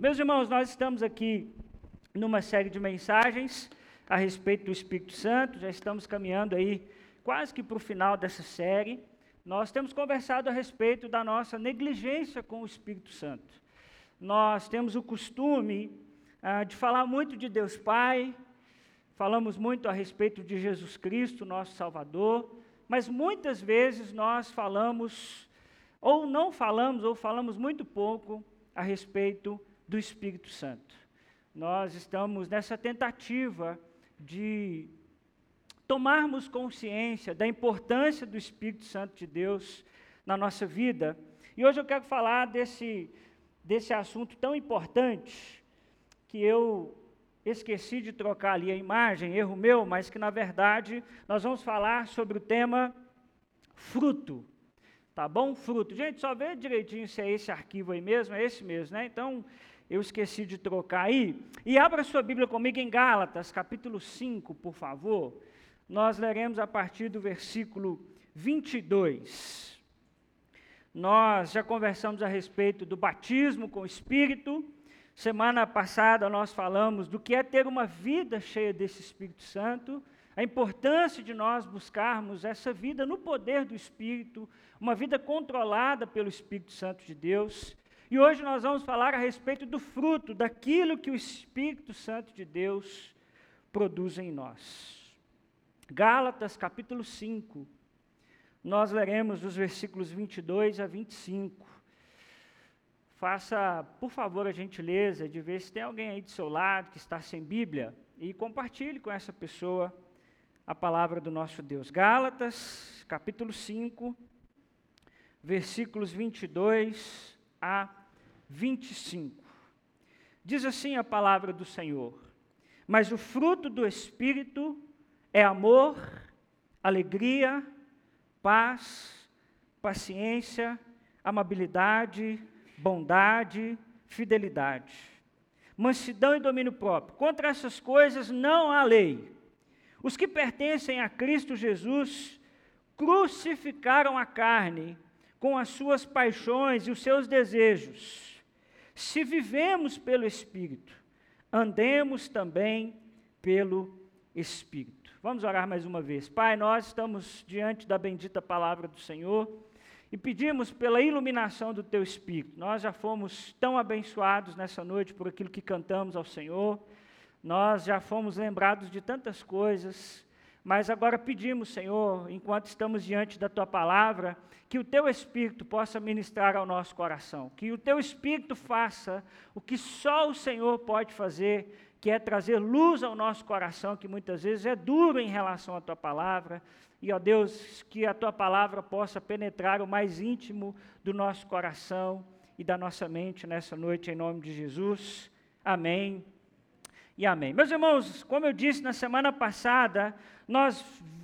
Meus irmãos, nós estamos aqui numa série de mensagens a respeito do Espírito Santo, já estamos caminhando aí quase que para o final dessa série. Nós temos conversado a respeito da nossa negligência com o Espírito Santo. Nós temos o costume de falar muito de Deus Pai, falamos muito a respeito de Jesus Cristo, nosso Salvador, mas muitas vezes nós falamos, ou não falamos, ou falamos muito pouco a respeito do Espírito Santo. Nós estamos nessa tentativa de tomarmos consciência da importância do Espírito Santo de Deus na nossa vida. E hoje eu quero falar desse assunto tão importante, que eu esqueci de trocar ali a imagem, erro meu, mas que na verdade nós vamos falar sobre o tema fruto. Tá bom? Fruto. Gente, só vê direitinho se é esse arquivo aí mesmo, é esse mesmo, né? Então, eu esqueci de trocar aí. E abra sua Bíblia comigo em Gálatas, capítulo 5, por favor. Nós leremos a partir do versículo 22. Nós já conversamos a respeito do batismo com o Espírito. Semana passada nós falamos do que é ter uma vida cheia desse Espírito Santo, a importância de nós buscarmos essa vida no poder do Espírito, uma vida controlada pelo Espírito Santo de Deus. E hoje nós vamos falar a respeito do fruto, daquilo que o Espírito Santo de Deus produz em nós. Gálatas, capítulo 5, nós leremos os versículos 22 a 25. Faça, por favor, a gentileza de ver se tem alguém aí do seu lado que está sem Bíblia e compartilhe com essa pessoa a palavra do nosso Deus. Gálatas, capítulo 5, versículos 22 a 25. Diz assim a palavra do Senhor: mas o fruto do Espírito é amor, alegria, paz, paciência, amabilidade, bondade, fidelidade, mansidão e domínio próprio. Contra essas coisas não há lei. Os que pertencem a Cristo Jesus crucificaram a carne com as suas paixões e os seus desejos. Se vivemos pelo Espírito, andemos também pelo Espírito. Vamos orar mais uma vez. Pai, nós estamos diante da bendita palavra do Senhor e pedimos pela iluminação do Teu Espírito. Nós já fomos tão abençoados nessa noite por aquilo que cantamos ao Senhor. Nós já fomos lembrados de tantas coisas, mas agora pedimos, Senhor, enquanto estamos diante da Tua palavra, que o Teu Espírito possa ministrar ao nosso coração, que o Teu Espírito faça o que só o Senhor pode fazer, que é trazer luz ao nosso coração, que muitas vezes é duro em relação à Tua palavra. E, ó Deus, que a Tua palavra possa penetrar o mais íntimo do nosso coração e da nossa mente nessa noite, em nome de Jesus. Amém e amém. Meus irmãos, como eu disse na semana passada, nós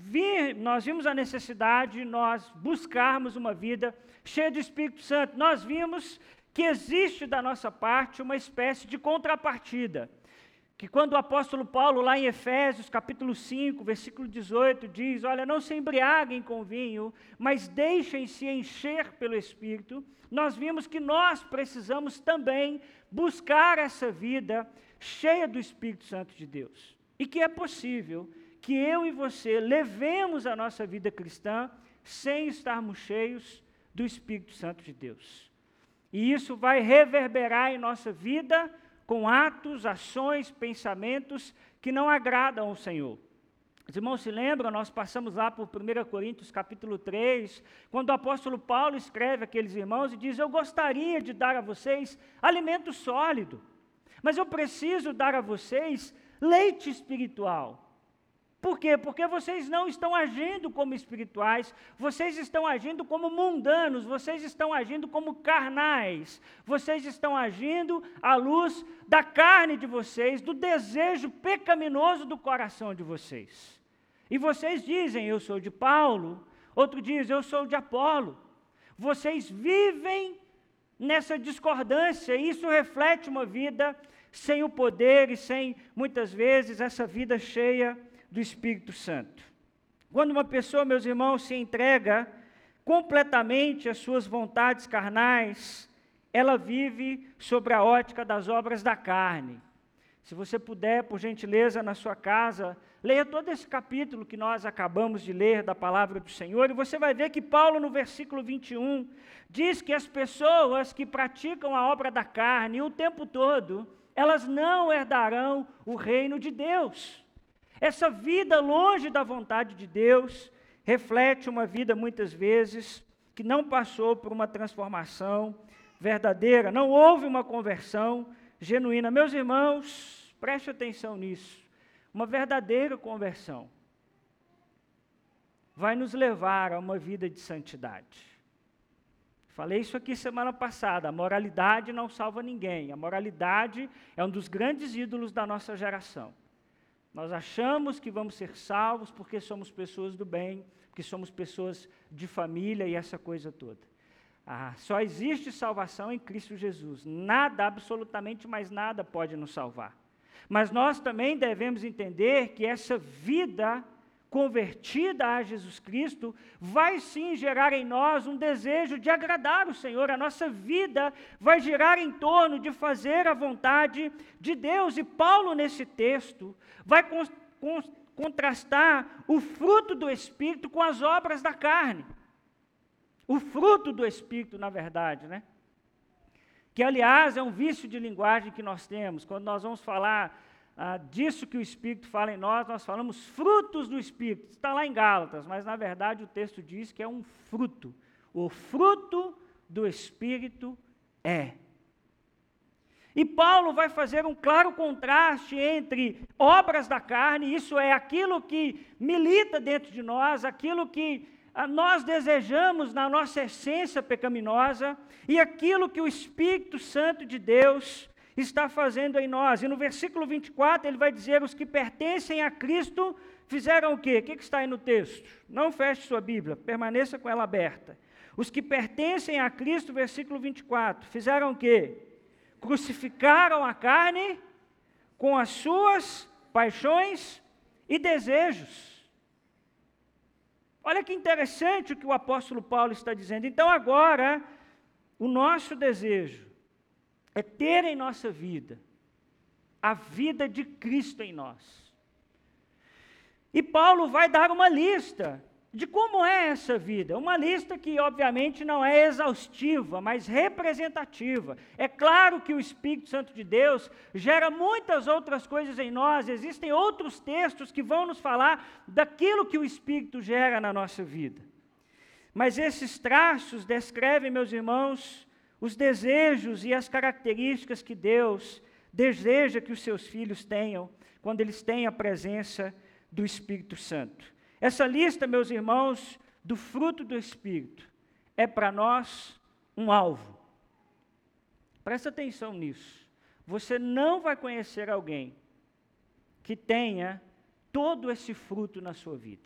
vimos a necessidade de nós buscarmos uma vida cheia do Espírito Santo. Nós vimos que existe da nossa parte uma espécie de contrapartida, que quando o apóstolo Paulo, lá em Efésios, capítulo 5, versículo 18, diz, olha, não se embriaguem com vinho, mas deixem-se encher pelo Espírito, nós vimos que nós precisamos também buscar essa vida cheia do Espírito Santo de Deus. E que é possível que eu e você levemos a nossa vida cristã sem estarmos cheios do Espírito Santo de Deus. E isso vai reverberar em nossa vida com atos, ações, pensamentos que não agradam ao Senhor. Os irmãos se lembram, nós passamos lá por 1 Coríntios capítulo 3, quando o apóstolo Paulo escreve àqueles irmãos e diz, eu gostaria de dar a vocês alimento sólido, mas eu preciso dar a vocês leite espiritual. Por quê? Porque vocês não estão agindo como espirituais, vocês estão agindo como mundanos, vocês estão agindo como carnais, vocês estão agindo à luz da carne de vocês, do desejo pecaminoso do coração de vocês. E vocês dizem, eu sou de Paulo, outro diz, eu sou de Apolo. Vocês vivem nessa discordância, e isso reflete uma vida sem o poder e sem, muitas vezes, essa vida cheia do Espírito Santo. Quando uma pessoa, meus irmãos, se entrega completamente às suas vontades carnais, ela vive sobre a ótica das obras da carne. Se você puder, por gentileza, na sua casa, leia todo esse capítulo que nós acabamos de ler da palavra do Senhor, e você vai ver que Paulo, no versículo 21, diz que as pessoas que praticam a obra da carne o tempo todo, elas não herdarão o reino de Deus. Essa vida longe da vontade de Deus reflete uma vida, muitas vezes, que não passou por uma transformação verdadeira, não houve uma conversão genuína. Meus irmãos, preste atenção nisso. Uma verdadeira conversão vai nos levar a uma vida de santidade. Falei isso aqui semana passada, a moralidade não salva ninguém. A moralidade é um dos grandes ídolos da nossa geração. Nós achamos que vamos ser salvos porque somos pessoas do bem, porque somos pessoas de família e essa coisa toda. Só existe salvação em Cristo Jesus. Nada, absolutamente mais nada pode nos salvar. Mas nós também devemos entender que essa vida convertida a Jesus Cristo vai sim gerar em nós um desejo de agradar o Senhor. A nossa vida vai girar em torno de fazer a vontade de Deus. E Paulo, nesse texto, vai contrastar o fruto do Espírito com as obras da carne. O fruto do Espírito, na verdade, né? Que, aliás, é um vício de linguagem que nós temos. Quando nós vamos falar disso que o Espírito fala em nós, nós falamos frutos do Espírito. Está lá em Gálatas, mas, na verdade, o texto diz que é um fruto. O fruto do Espírito é. E Paulo vai fazer um claro contraste entre obras da carne, isso é aquilo que milita dentro de nós, aquilo que nós desejamos na nossa essência pecaminosa, e aquilo que o Espírito Santo de Deus está fazendo em nós. E no versículo 24 ele vai dizer: os que pertencem a Cristo fizeram o quê? O que está aí no texto? Não feche sua Bíblia, permaneça com ela aberta. Os que pertencem a Cristo, versículo 24, fizeram o quê? Crucificaram a carne com as suas paixões e desejos. Olha que interessante o que o apóstolo Paulo está dizendo. Então agora, o nosso desejo é ter em nossa vida a vida de Cristo em nós. E Paulo vai dar uma lista de como é essa vida. Uma lista que, obviamente, não é exaustiva, mas representativa. É claro que o Espírito Santo de Deus gera muitas outras coisas em nós. Existem outros textos que vão nos falar daquilo que o Espírito gera na nossa vida. Mas esses traços descrevem, meus irmãos, os desejos e as características que Deus deseja que os seus filhos tenham quando eles têm a presença do Espírito Santo. Essa lista, meus irmãos, do fruto do Espírito, é para nós um alvo. Presta atenção nisso. Você não vai conhecer alguém que tenha todo esse fruto na sua vida.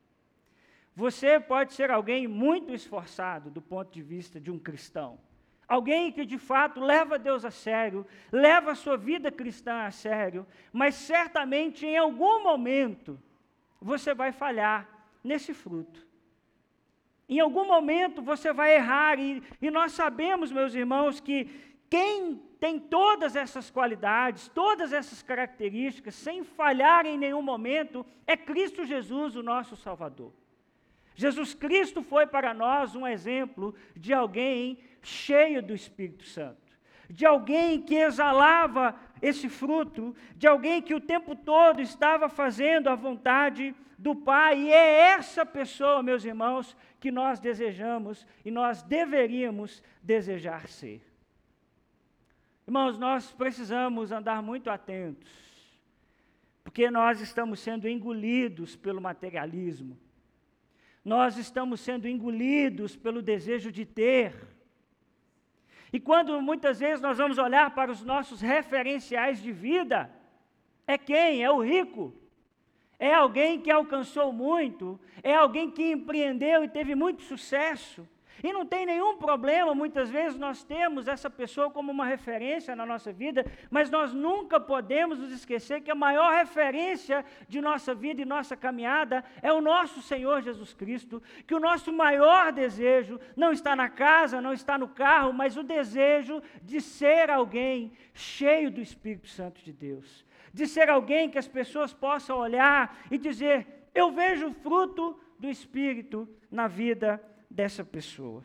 Você pode ser alguém muito esforçado do ponto de vista de um cristão. Alguém que de fato leva Deus a sério, leva a sua vida cristã a sério, mas certamente em algum momento você vai falhar nesse fruto. Em algum momento você vai errar, e nós sabemos, meus irmãos, que quem tem todas essas qualidades, todas essas características, sem falhar em nenhum momento, é Cristo Jesus, o nosso Salvador. Jesus Cristo foi para nós um exemplo de alguém cheio do Espírito Santo, de alguém que exalava esse fruto, de alguém que o tempo todo estava fazendo a vontade do Pai, e é essa pessoa, meus irmãos, que nós desejamos e nós deveríamos desejar ser. Irmãos, nós precisamos andar muito atentos, porque nós estamos sendo engolidos pelo materialismo, nós estamos sendo engolidos pelo desejo de ter. E quando muitas vezes nós vamos olhar para os nossos referenciais de vida, é quem? É o rico. É alguém que alcançou muito, é alguém que empreendeu e teve muito sucesso, E não tem nenhum problema, muitas vezes nós temos essa pessoa como uma referência na nossa vida, mas nós nunca podemos nos esquecer que a maior referência de nossa vida e nossa caminhada é o nosso Senhor Jesus Cristo, que o nosso maior desejo não está na casa, não está no carro, mas o desejo de ser alguém cheio do Espírito Santo de Deus, de ser alguém que as pessoas possam olhar e dizer, eu vejo o fruto do Espírito na vida dessa pessoa.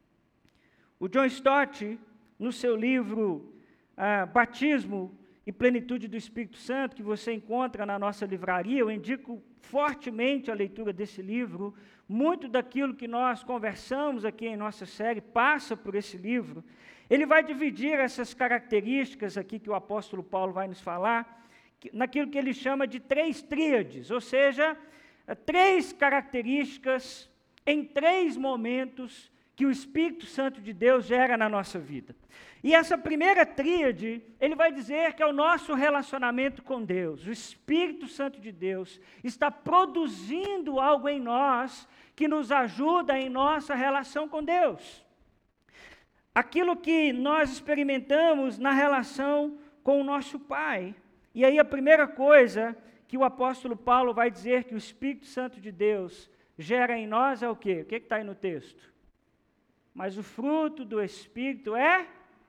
O John Stott, no seu livro Batismo e Plenitude do Espírito Santo, que você encontra na nossa livraria, eu indico fortemente a leitura desse livro. Muito daquilo que nós conversamos aqui em nossa série passa por esse livro. Ele vai dividir essas características aqui que o apóstolo Paulo vai nos falar, naquilo que ele chama de 3 tríades, ou seja, 3 características em 3 momentos que o Espírito Santo de Deus gera na nossa vida. E essa primeira tríade, ele vai dizer que é o nosso relacionamento com Deus. O Espírito Santo de Deus está produzindo algo em nós que nos ajuda em nossa relação com Deus. Aquilo que nós experimentamos na relação com o nosso Pai. E aí a primeira coisa que o apóstolo Paulo vai dizer que o Espírito Santo de Deus gera em nós é o quê? O que está aí no texto? Mas o fruto do Espírito é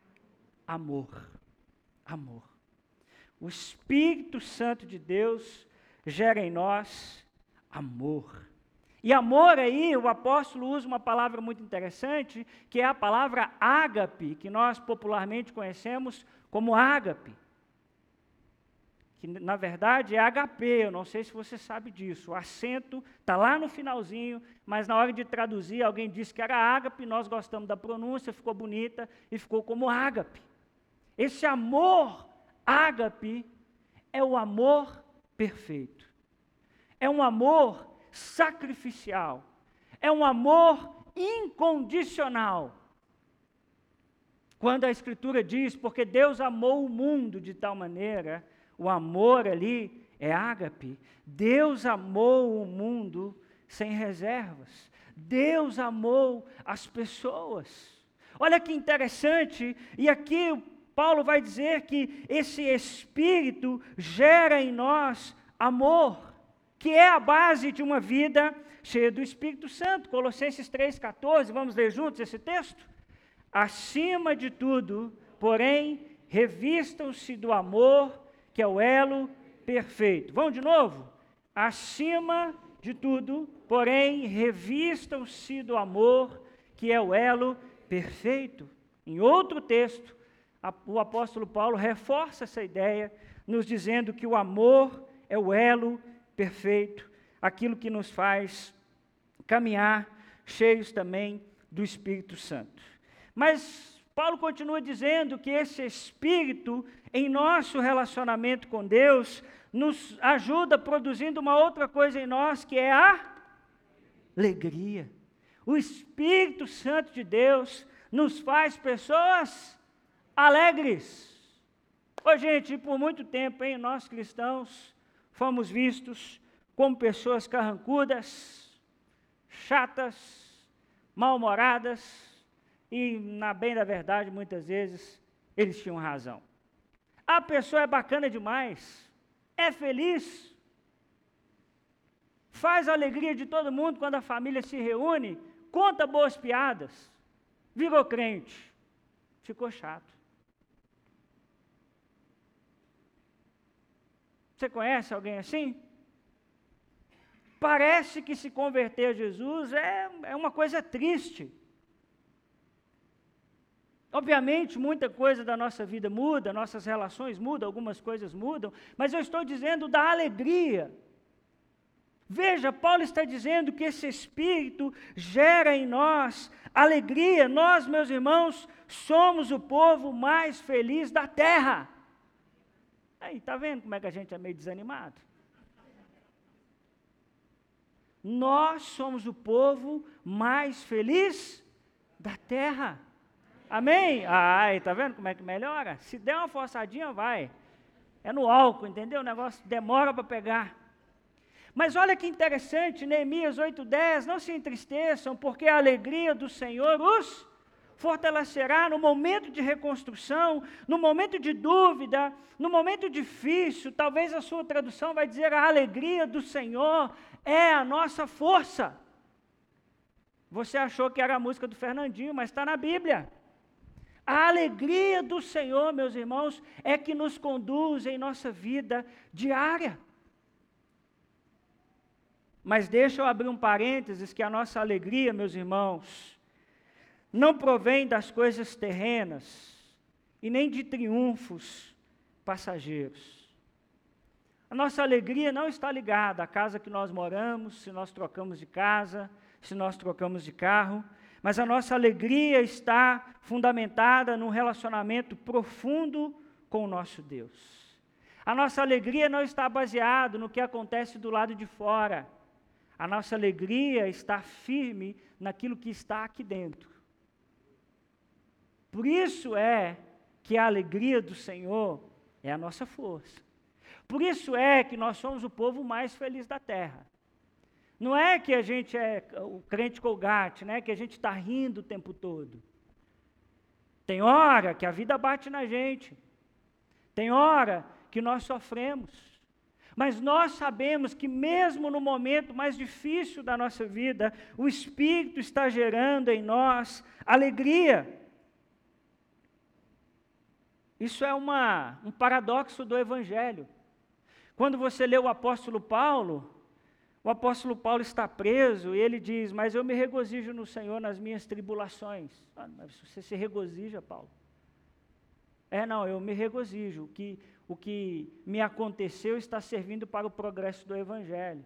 amor. Amor. O Espírito Santo de Deus gera em nós amor. E amor aí, o apóstolo usa uma palavra muito interessante, que é a palavra ágape, que nós popularmente conhecemos como ágape. Que na verdade é HP, eu não sei se você sabe disso, o acento está lá no finalzinho, mas na hora de traduzir alguém disse que era ágape, nós gostamos da pronúncia, ficou bonita e ficou como ágape. Esse amor ágape é o amor perfeito, é um amor sacrificial, é um amor incondicional. Quando a Escritura diz, porque Deus amou o mundo de tal maneira, o amor ali é ágape. Deus amou o mundo sem reservas. Deus amou as pessoas. Olha que interessante, e aqui Paulo vai dizer que esse Espírito gera em nós amor, que é a base de uma vida cheia do Espírito Santo. Colossenses 3,14, vamos ler juntos esse texto? Acima de tudo, porém, revistam-se do amor, que é o elo perfeito. Vamos de novo? Acima de tudo, porém, revistam-se do amor, que é o elo perfeito. Em outro texto, o apóstolo Paulo reforça essa ideia, nos dizendo que o amor é o elo perfeito, aquilo que nos faz caminhar cheios também do Espírito Santo. Mas Paulo continua dizendo que esse Espírito, em nosso relacionamento com Deus, nos ajuda produzindo uma outra coisa em nós, que é a alegria. O Espírito Santo de Deus nos faz pessoas alegres. Ô gente, por muito tempo, nós cristãos fomos vistos como pessoas carrancudas, chatas, mal-humoradas, e, na bem da verdade, muitas vezes, eles tinham razão. A pessoa é bacana demais, é feliz, faz a alegria de todo mundo quando a família se reúne, conta boas piadas, virou crente, ficou chato. Você conhece alguém assim? Parece que se converter a Jesus é uma coisa triste. Obviamente, muita coisa da nossa vida muda, nossas relações mudam, algumas coisas mudam, mas eu estou dizendo da alegria. Veja, Paulo está dizendo que esse Espírito gera em nós alegria. Nós, meus irmãos, somos o povo mais feliz da terra. Aí, está vendo como é que a gente é meio desanimado? Nós somos o povo mais feliz da terra. Amém? Ai, tá vendo como é que melhora? Se der uma forçadinha, vai. É no álcool, entendeu? O negócio demora para pegar. Mas olha que interessante, Neemias 8:10, não se entristeçam, porque a alegria do Senhor os fortalecerá no momento de reconstrução, no momento de dúvida, no momento difícil. Talvez a sua tradução vai dizer: a alegria do Senhor é a nossa força. Você achou que era a música do Fernandinho, mas está na Bíblia. A alegria do Senhor, meus irmãos, é que nos conduz em nossa vida diária. Mas deixa eu abrir um parênteses, que a nossa alegria, meus irmãos, não provém das coisas terrenas e nem de triunfos passageiros. A nossa alegria não está ligada à casa que nós moramos, se nós trocamos de casa, se nós trocamos de carro, mas a nossa alegria está fundamentada num relacionamento profundo com o nosso Deus. A nossa alegria não está baseada no que acontece do lado de fora. A nossa alegria está firme naquilo que está aqui dentro. Por isso é que a alegria do Senhor é a nossa força. Por isso é que nós somos o povo mais feliz da terra. Não é que a gente é o crente Colgate, né? Que a gente está rindo o tempo todo. Tem hora que a vida bate na gente. Tem hora que nós sofremos. Mas nós sabemos que mesmo no momento mais difícil da nossa vida, o Espírito está gerando em nós alegria. Isso é um paradoxo do Evangelho. Quando você lê o apóstolo Paulo está preso e ele diz: mas eu me regozijo no Senhor nas minhas tribulações. Mas você se regozija, Paulo? Não, eu me regozijo. O que me aconteceu está servindo para o progresso do Evangelho.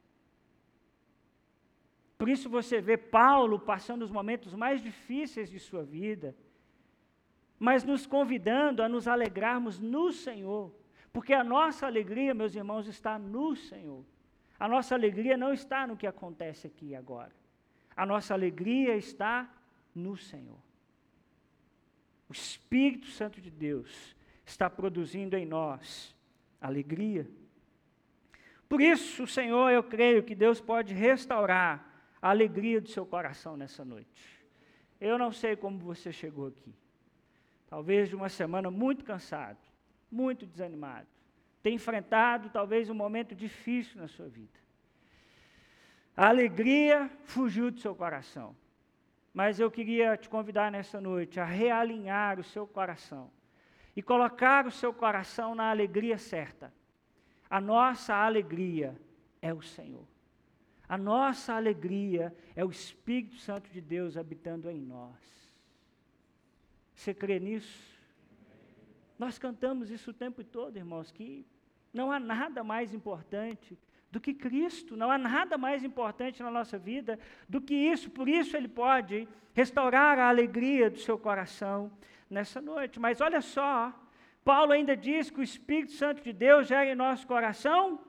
Por isso você vê Paulo passando os momentos mais difíceis de sua vida, mas nos convidando a nos alegrarmos no Senhor, porque a nossa alegria, meus irmãos, está no Senhor. A nossa alegria não está no que acontece aqui e agora. A nossa alegria está no Senhor. O Espírito Santo de Deus está produzindo em nós alegria. Por isso, Senhor, eu creio que Deus pode restaurar a alegria do seu coração nessa noite. Eu não sei como você chegou aqui. Talvez de uma semana muito cansado, muito desanimado. Tem enfrentado talvez um momento difícil na sua vida. A alegria fugiu do seu coração. Mas eu queria te convidar nessa noite a realinhar o seu coração e colocar o seu coração na alegria certa. A nossa alegria é o Senhor. A nossa alegria é o Espírito Santo de Deus habitando em nós. Você crê nisso? Nós cantamos isso o tempo todo, irmãos, que não há nada mais importante do que Cristo, não há nada mais importante na nossa vida do que isso. Por isso Ele pode restaurar a alegria do seu coração nessa noite. Mas olha só, Paulo ainda diz que o Espírito Santo de Deus gera em nosso coração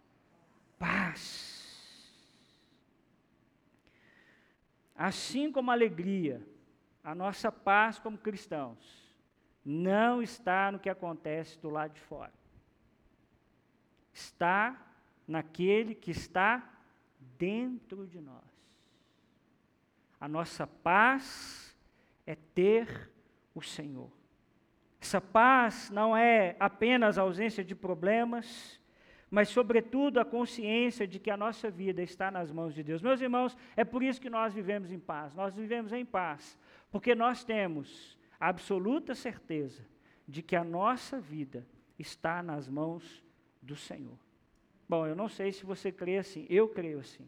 paz. Assim como a alegria, a nossa paz como cristãos, não está no que acontece do lado de fora. Está naquele que está dentro de nós. A nossa paz é ter o Senhor. Essa paz não é apenas a ausência de problemas, mas, sobretudo, a consciência de que a nossa vida está nas mãos de Deus. Meus irmãos, é por isso que nós vivemos em paz. Nós vivemos em paz, porque nós temos a absoluta certeza de que a nossa vida está nas mãos do Senhor. Bom, eu não sei se você crê assim, eu creio assim.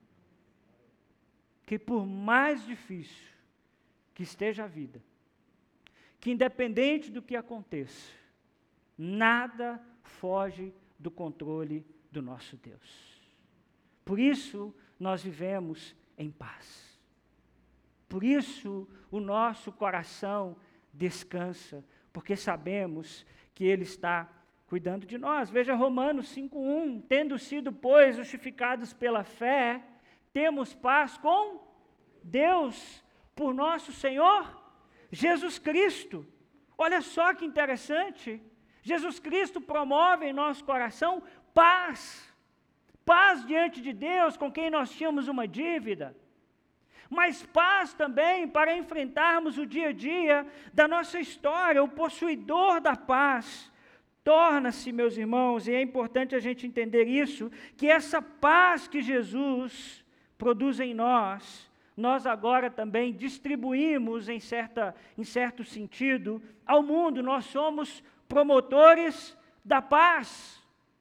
Que por mais difícil que esteja a vida, que independente do que aconteça, nada foge do controle do nosso Deus. Por isso, nós vivemos em paz. Por isso, o nosso coração descansa, porque sabemos que Ele está cuidando de nós. Veja Romanos 5:1, tendo sido, pois, justificados pela fé, temos paz com Deus, por nosso Senhor Jesus Cristo. Olha só que interessante, Jesus Cristo promove em nosso coração paz. paz diante de Deus, com quem nós tínhamos uma dívida, mas paz também para enfrentarmos o dia a dia da nossa história. O possuidor da paz torna-se, meus irmãos, e é importante a gente entender isso, que essa paz que Jesus produz em nós, nós agora também distribuímos em certo sentido ao mundo. Nós somos promotores da paz.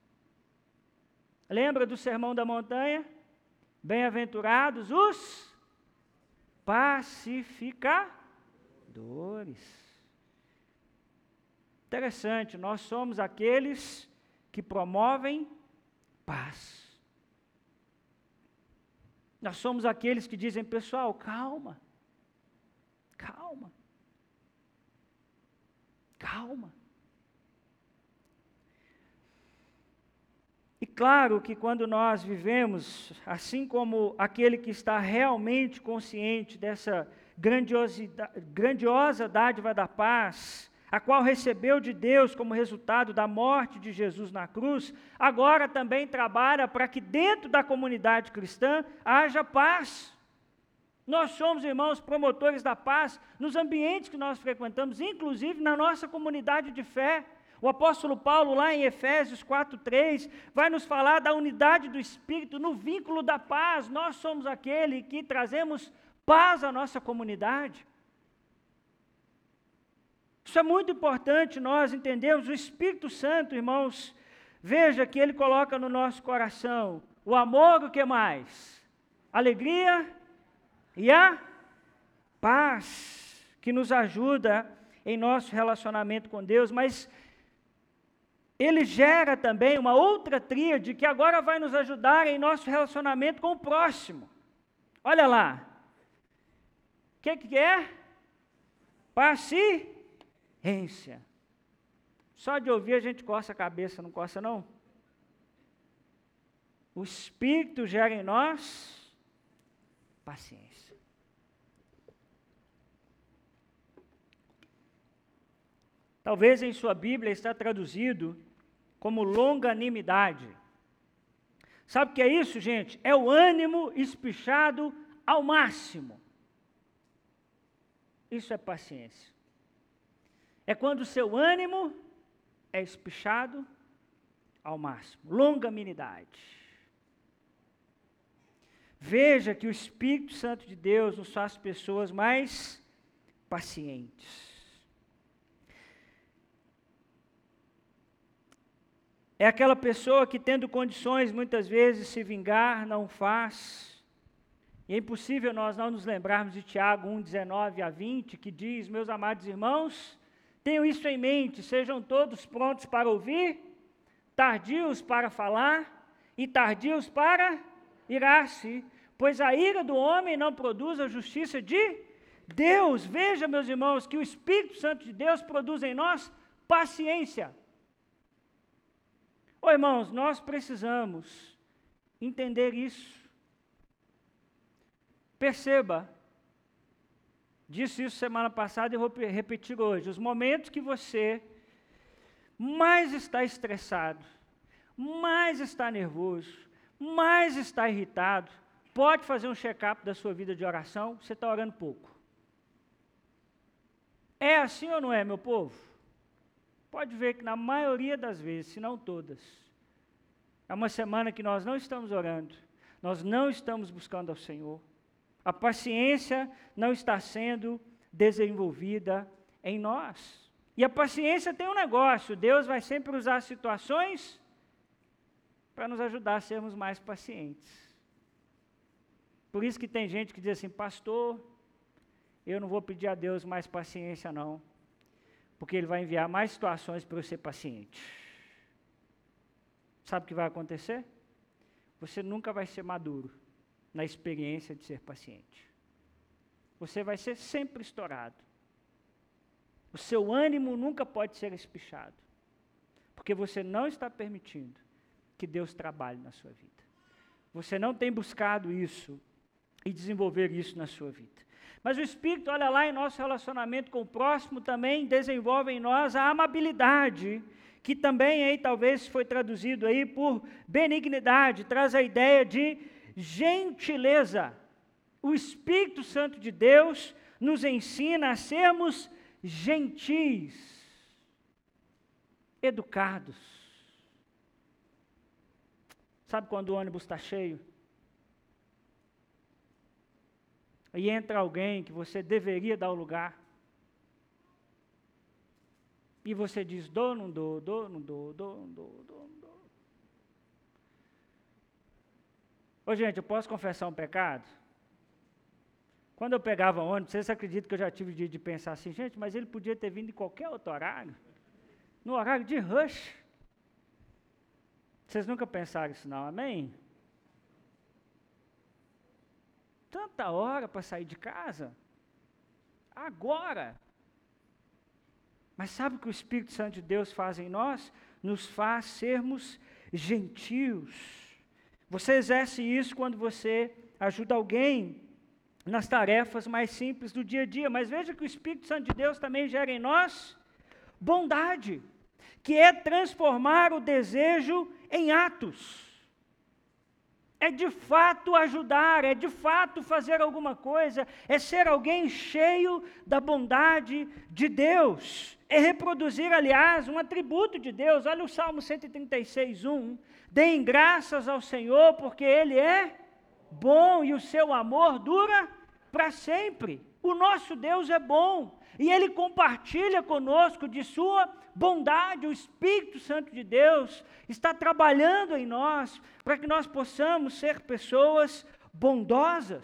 Lembra do Sermão da Montanha? Bem-aventurados os pacificadores. Interessante, nós somos aqueles que promovem paz. Nós somos aqueles que dizem, pessoal, calma, calma, calma. E claro que quando nós vivemos, assim como aquele que está realmente consciente dessa grandiosa dádiva da paz, a qual recebeu de Deus como resultado da morte de Jesus na cruz, agora também trabalha para que dentro da comunidade cristã haja paz. Nós somos, irmãos, promotores da paz nos ambientes que nós frequentamos, inclusive na nossa comunidade de fé. O apóstolo Paulo, lá em Efésios 4:3, vai nos falar da unidade do Espírito no vínculo da paz. Nós somos aquele que trazemos paz à nossa comunidade. Isso é muito importante nós entendermos. O Espírito Santo, irmãos, veja que ele coloca no nosso coração o amor, o que mais? Alegria e a paz, que nos ajuda em nosso relacionamento com Deus, mas ele gera também uma outra tríade que agora vai nos ajudar em nosso relacionamento com o próximo. Olha lá. O que é? Paciência. Só de ouvir a gente coça a cabeça, não coça não? O Espírito gera em nós paciência. Talvez em sua Bíblia está traduzido como longanimidade. Sabe o que é isso, gente? É o ânimo espichado ao máximo. Isso é paciência. É quando o seu ânimo é espichado ao máximo. Longanimidade. Veja que o Espírito Santo de Deus nos faz pessoas mais pacientes. É aquela pessoa que, tendo condições, muitas vezes, se vingar, não faz. E é impossível nós não nos lembrarmos de Tiago 1:19-20, que diz, meus amados irmãos, tenham isso em mente, sejam todos prontos para ouvir, tardios para falar e tardios para irar-se, pois a ira do homem não produz a justiça de Deus. Veja, meus irmãos, que o Espírito Santo de Deus produz em nós paciência. Ô irmãos, nós precisamos entender isso. Perceba, disse isso semana passada e vou repetir hoje, os momentos que você mais está estressado, mais está nervoso, mais está irritado, pode fazer um check-up da sua vida de oração, você está orando pouco. É assim ou não é, meu povo? Pode ver que na maioria das vezes, se não todas, é uma semana que nós não estamos orando, nós não estamos buscando ao Senhor. A paciência não está sendo desenvolvida em nós. E a paciência tem um negócio, Deus vai sempre usar situações para nos ajudar a sermos mais pacientes. Por isso que tem gente que diz assim, pastor, eu não vou pedir a Deus mais paciência não, porque Ele vai enviar mais situações para eu ser paciente. Sabe o que vai acontecer? Você nunca vai ser maduro na experiência de ser paciente. Você vai ser sempre estourado. O seu ânimo nunca pode ser espichado, porque você não está permitindo que Deus trabalhe na sua vida. Você não tem buscado isso e desenvolver isso na sua vida. Mas o Espírito, olha lá, em nosso relacionamento com o próximo também desenvolve em nós a amabilidade, que também aí talvez foi traduzido aí por benignidade, traz a ideia de gentileza. O Espírito Santo de Deus nos ensina a sermos gentis, educados. Sabe quando o ônibus está cheio? E entra alguém que você deveria dar o lugar. E você diz, dou, não dou, dou, não dou, dou, não dou, dou, não dou. Ô gente, eu posso confessar um pecado? Quando eu pegava ônibus, vocês acreditam que eu já tive o dia de pensar assim, gente, mas ele podia ter vindo em qualquer outro horário? No horário de rush. Vocês nunca pensaram isso não, amém? Tanta hora para sair de casa? Agora! Mas sabe o que o Espírito Santo de Deus faz em nós? Nos faz sermos gentios. Você exerce isso quando você ajuda alguém nas tarefas mais simples do dia a dia. Mas veja que o Espírito Santo de Deus também gera em nós bondade, que é transformar o desejo em atos. É de fato ajudar, é de fato fazer alguma coisa, é ser alguém cheio da bondade de Deus. É reproduzir, aliás, um atributo de Deus. Olha o Salmo 136, 1. Deem graças ao Senhor, porque Ele é bom e o seu amor dura para sempre. O nosso Deus é bom e Ele compartilha conosco de sua bondade. O Espírito Santo de Deus está trabalhando em nós para que nós possamos ser pessoas bondosas.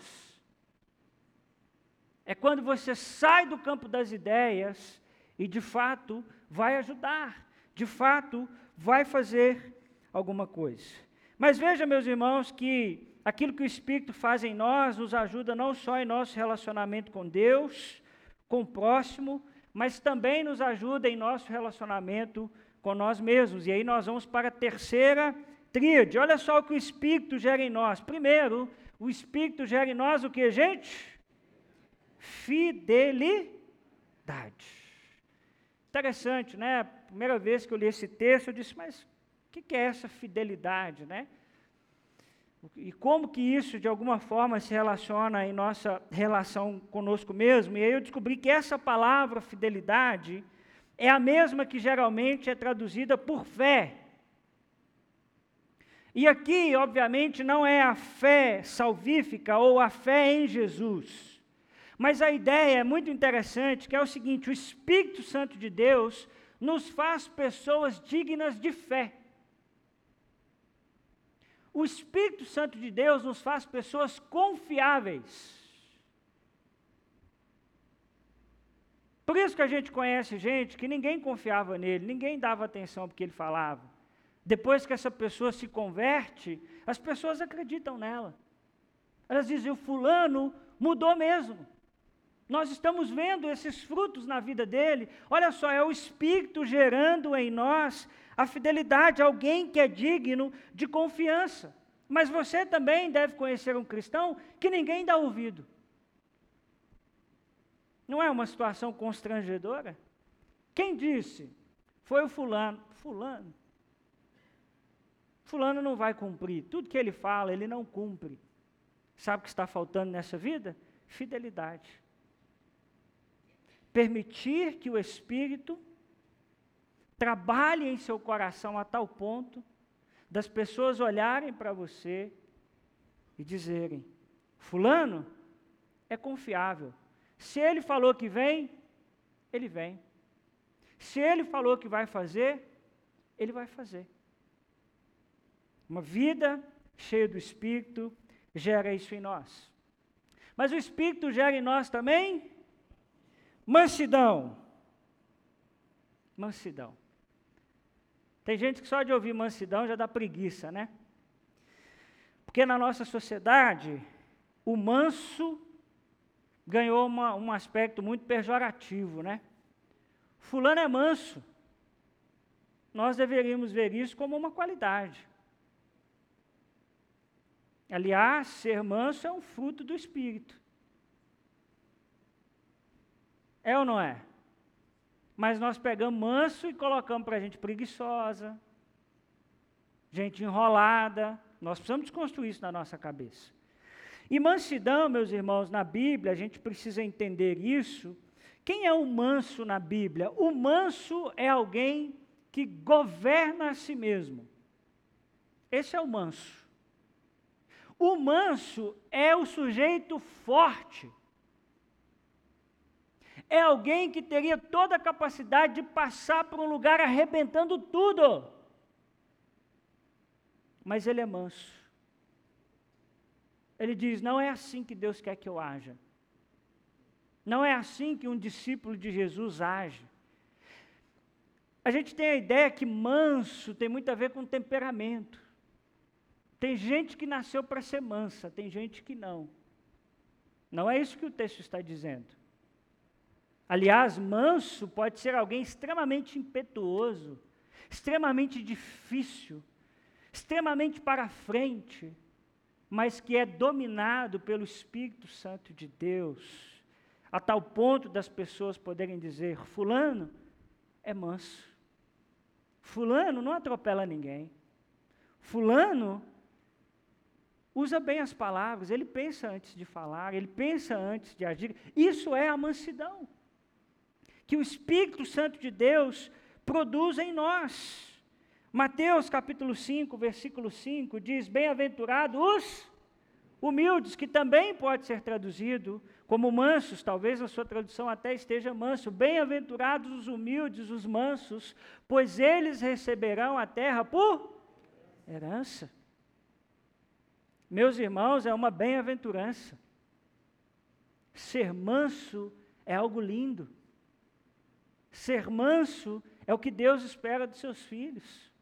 É quando você sai do campo das ideias e de fato vai ajudar, de fato vai fazer alguma coisa. Mas veja, meus irmãos, que aquilo que o Espírito faz em nós nos ajuda não só em nosso relacionamento com Deus, com o próximo, mas também nos ajuda em nosso relacionamento com nós mesmos. E aí nós vamos para a terceira tríade. Olha só o que o Espírito gera em nós. Primeiro, o Espírito gera em nós o que, gente? Fidelidade. Interessante, né? Primeira vez que eu li esse texto, eu disse, mas o que é essa fidelidade, né? E como que isso, de alguma forma, se relaciona em nossa relação conosco mesmo? E aí eu descobri que essa palavra, fidelidade, é a mesma que geralmente é traduzida por fé. E aqui, obviamente, não é a fé salvífica ou a fé em Jesus. Mas a ideia é muito interessante, que é o seguinte, o Espírito Santo de Deus nos faz pessoas dignas de fé. O Espírito Santo de Deus nos faz pessoas confiáveis. Por isso que a gente conhece gente que ninguém confiava nele, ninguém dava atenção para o que ele falava. Depois que essa pessoa se converte, as pessoas acreditam nela. Elas dizem, o fulano mudou mesmo. Nós estamos vendo esses frutos na vida dele. Olha só, é o Espírito gerando em nós a fidelidade, alguém que é digno de confiança. Mas você também deve conhecer um cristão que ninguém dá ouvido. Não é uma situação constrangedora? Quem disse? Foi o fulano. Fulano não vai cumprir. Tudo que ele fala, ele não cumpre. Sabe o que está faltando nessa vida? Fidelidade. Permitir que o Espírito trabalhe em seu coração a tal ponto das pessoas olharem para você e dizerem, fulano é confiável. Se ele falou que vem, ele vem. Se ele falou que vai fazer, ele vai fazer. Uma vida cheia do Espírito gera isso em nós. Mas o Espírito gera em nós também mansidão. Mansidão. Tem gente que só de ouvir mansidão já dá preguiça, né? Porque na nossa sociedade, o manso ganhou um aspecto muito pejorativo, né? Fulano é manso. Nós deveríamos ver isso como uma qualidade. Aliás, ser manso é um fruto do Espírito. É ou não é? Mas nós pegamos manso e colocamos para gente preguiçosa, gente enrolada. Nós precisamos desconstruir isso na nossa cabeça. E mansidão, meus irmãos, na Bíblia, a gente precisa entender isso. Quem é o manso na Bíblia? O manso é alguém que governa a si mesmo. Esse é o manso. O manso é o sujeito forte. É alguém que teria toda a capacidade de passar por um lugar arrebentando tudo. Mas ele é manso. Ele diz, não é assim que Deus quer que eu haja. Não é assim que um discípulo de Jesus age. A gente tem a ideia que manso tem muito a ver com temperamento. Tem gente que nasceu para ser mansa, tem gente que não. Não é isso que o texto está dizendo. Aliás, manso pode ser alguém extremamente impetuoso, extremamente difícil, extremamente para frente, mas que é dominado pelo Espírito Santo de Deus, a tal ponto das pessoas poderem dizer, fulano é manso, fulano não atropela ninguém, fulano usa bem as palavras, ele pensa antes de falar, ele pensa antes de agir. Isso é a mansidão que o Espírito Santo de Deus produz em nós. Mateus capítulo 5, versículo 5, diz, bem-aventurados os humildes, que também pode ser traduzido como mansos, talvez a sua tradução até esteja manso. Bem-aventurados os humildes, os mansos, pois eles receberão a terra por herança. Meus irmãos, é uma bem-aventurança. Ser manso é algo lindo. Ser manso é o que Deus espera dos seus filhos.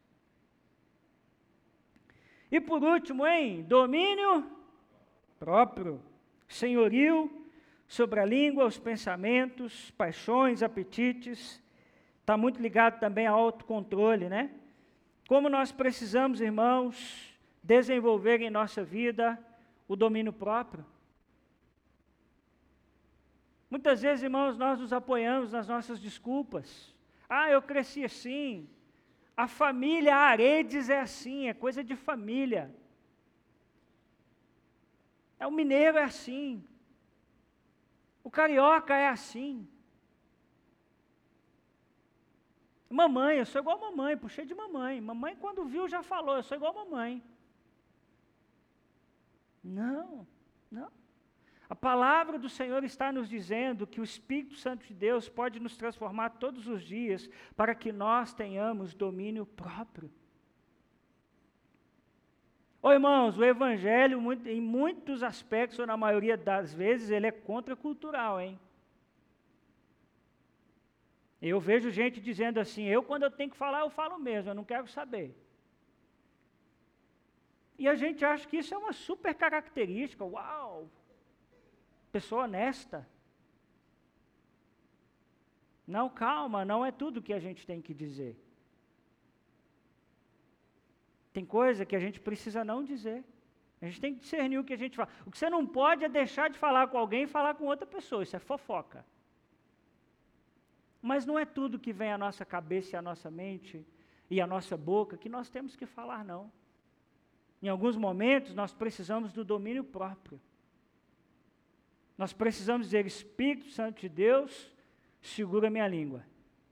E por último, domínio próprio, senhorio sobre a língua, os pensamentos, paixões, apetites. Está muito ligado também ao autocontrole, né? Como nós precisamos, irmãos, desenvolver em nossa vida o domínio próprio. Muitas vezes, irmãos, nós nos apoiamos nas nossas desculpas. Eu cresci assim. A família Aredes é assim, é coisa de família. O mineiro é assim. O carioca é assim. Mamãe, eu sou igual a mamãe, puxei de mamãe. Mamãe, quando viu, já falou, eu sou igual a mamãe. Não. A palavra do Senhor está nos dizendo que o Espírito Santo de Deus pode nos transformar todos os dias para que nós tenhamos domínio próprio. Irmãos, o Evangelho, em muitos aspectos, ou na maioria das vezes, ele é contracultural, Eu vejo gente dizendo assim, quando eu tenho que falar, eu falo mesmo, eu não quero saber. E a gente acha que isso é uma super característica, uau! Pessoa honesta. Não, calma, não é tudo que a gente tem que dizer. Tem coisa que a gente precisa não dizer. A gente tem que discernir o que a gente fala. O que você não pode é deixar de falar com alguém e falar com outra pessoa, isso é fofoca. Mas não é tudo que vem à nossa cabeça e à nossa mente e à nossa boca que nós temos que falar, não. Em alguns momentos, nós precisamos do domínio próprio. Nós precisamos dizer, Espírito Santo de Deus, segura minha língua.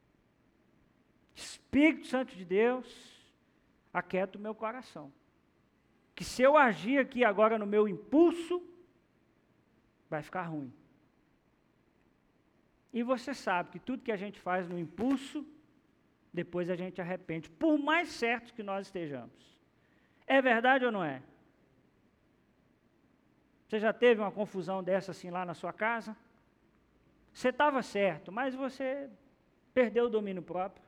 Espírito Santo de Deus, aquieta o meu coração. Que se eu agir aqui agora no meu impulso, vai ficar ruim. E você sabe que tudo que a gente faz no impulso, depois a gente arrepende, por mais certos que nós estejamos. É verdade ou não é? Você já teve uma confusão dessa assim lá na sua casa? Você estava certo, mas você perdeu o domínio próprio.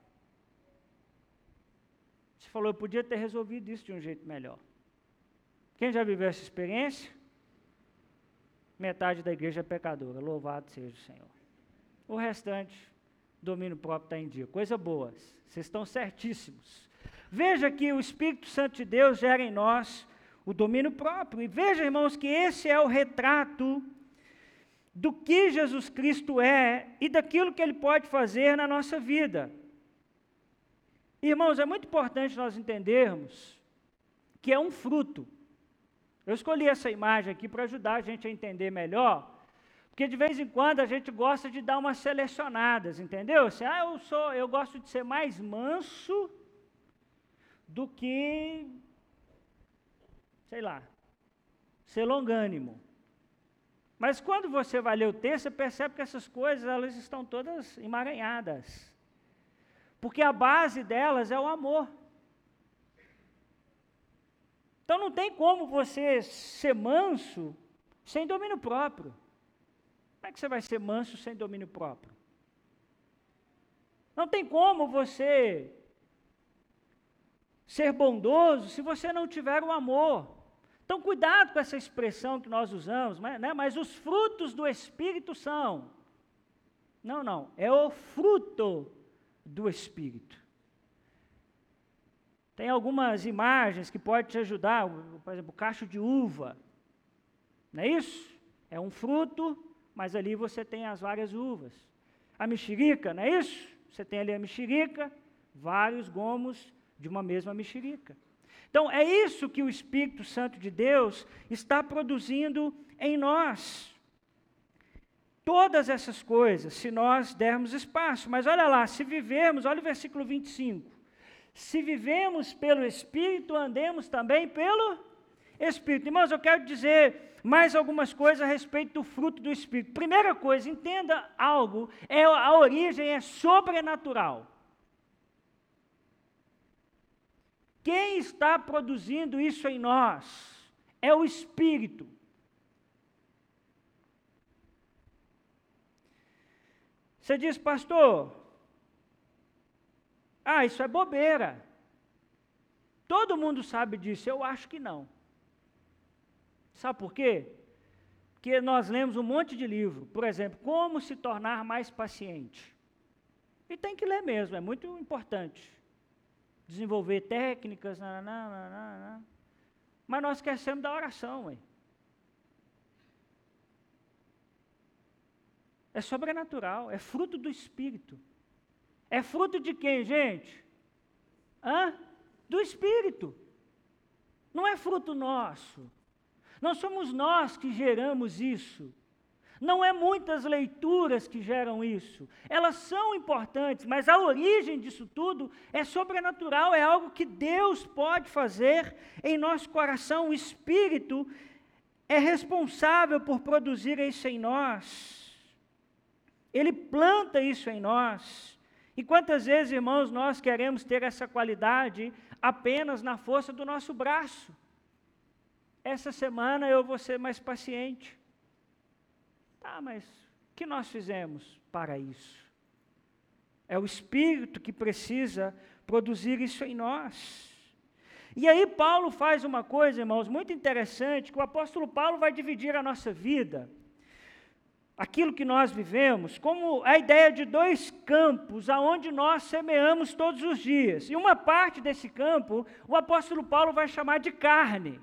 Você falou, eu podia ter resolvido isso de um jeito melhor. Quem já viveu essa experiência? Metade da igreja é pecadora, louvado seja o Senhor. O restante, domínio próprio está em dia. Coisa boa, vocês estão certíssimos. Veja que o Espírito Santo de Deus gera em nós o domínio próprio. E veja, irmãos, que esse é o retrato do que Jesus Cristo é e daquilo que Ele pode fazer na nossa vida. Irmãos, é muito importante nós entendermos que é um fruto. Eu escolhi essa imagem aqui para ajudar a gente a entender melhor, porque de vez em quando a gente gosta de dar umas selecionadas, entendeu? Assim, eu gosto de ser mais manso do que, sei lá, ser longânimo. Mas quando você vai ler o texto, você percebe que essas coisas, elas estão todas emaranhadas. Porque a base delas é o amor. Então não tem como você ser manso sem domínio próprio. Como é que você vai ser manso sem domínio próprio? Não tem como você ser bondoso se você não tiver o amor. Então, cuidado com essa expressão que nós usamos, né? Mas os frutos do Espírito são. Não, é o fruto do Espírito. Tem algumas imagens que podem te ajudar, por exemplo, o cacho de uva. Não é isso? É um fruto, mas ali você tem as várias uvas. A mexerica, não é isso? Você tem ali a mexerica, vários gomos de uma mesma mexerica. Então, é isso que o Espírito Santo de Deus está produzindo em nós. Todas essas coisas, se nós dermos espaço. Mas olha lá, se vivermos, olha o versículo 25. Se vivemos pelo Espírito, andemos também pelo Espírito. Irmãos, eu quero dizer mais algumas coisas a respeito do fruto do Espírito. Primeira coisa, entenda algo, a origem é sobrenatural. Quem está produzindo isso em nós é o Espírito. Você diz, pastor, isso é bobeira. Todo mundo sabe disso, eu acho que não. Sabe por quê? Porque nós lemos um monte de livro, por exemplo, como se tornar mais paciente. E tem que ler mesmo, é muito importante. Desenvolver técnicas, mas nós esquecemos da oração, hein? É sobrenatural, é fruto do Espírito. É fruto de quem, gente? Do Espírito. Não é fruto nosso. Não somos nós que geramos isso. Não é muitas leituras que geram isso. Elas são importantes, mas a origem disso tudo é sobrenatural, é algo que Deus pode fazer em nosso coração. O Espírito é responsável por produzir isso em nós. Ele planta isso em nós. E quantas vezes, irmãos, nós queremos ter essa qualidade apenas na força do nosso braço? Essa semana eu vou ser mais paciente. Mas o que nós fizemos para isso? É o Espírito que precisa produzir isso em nós. E aí Paulo faz uma coisa, irmãos, muito interessante, que o apóstolo Paulo vai dividir a nossa vida, aquilo que nós vivemos, como a ideia de dois campos, aonde nós semeamos todos os dias. E uma parte desse campo, o apóstolo Paulo vai chamar de carne.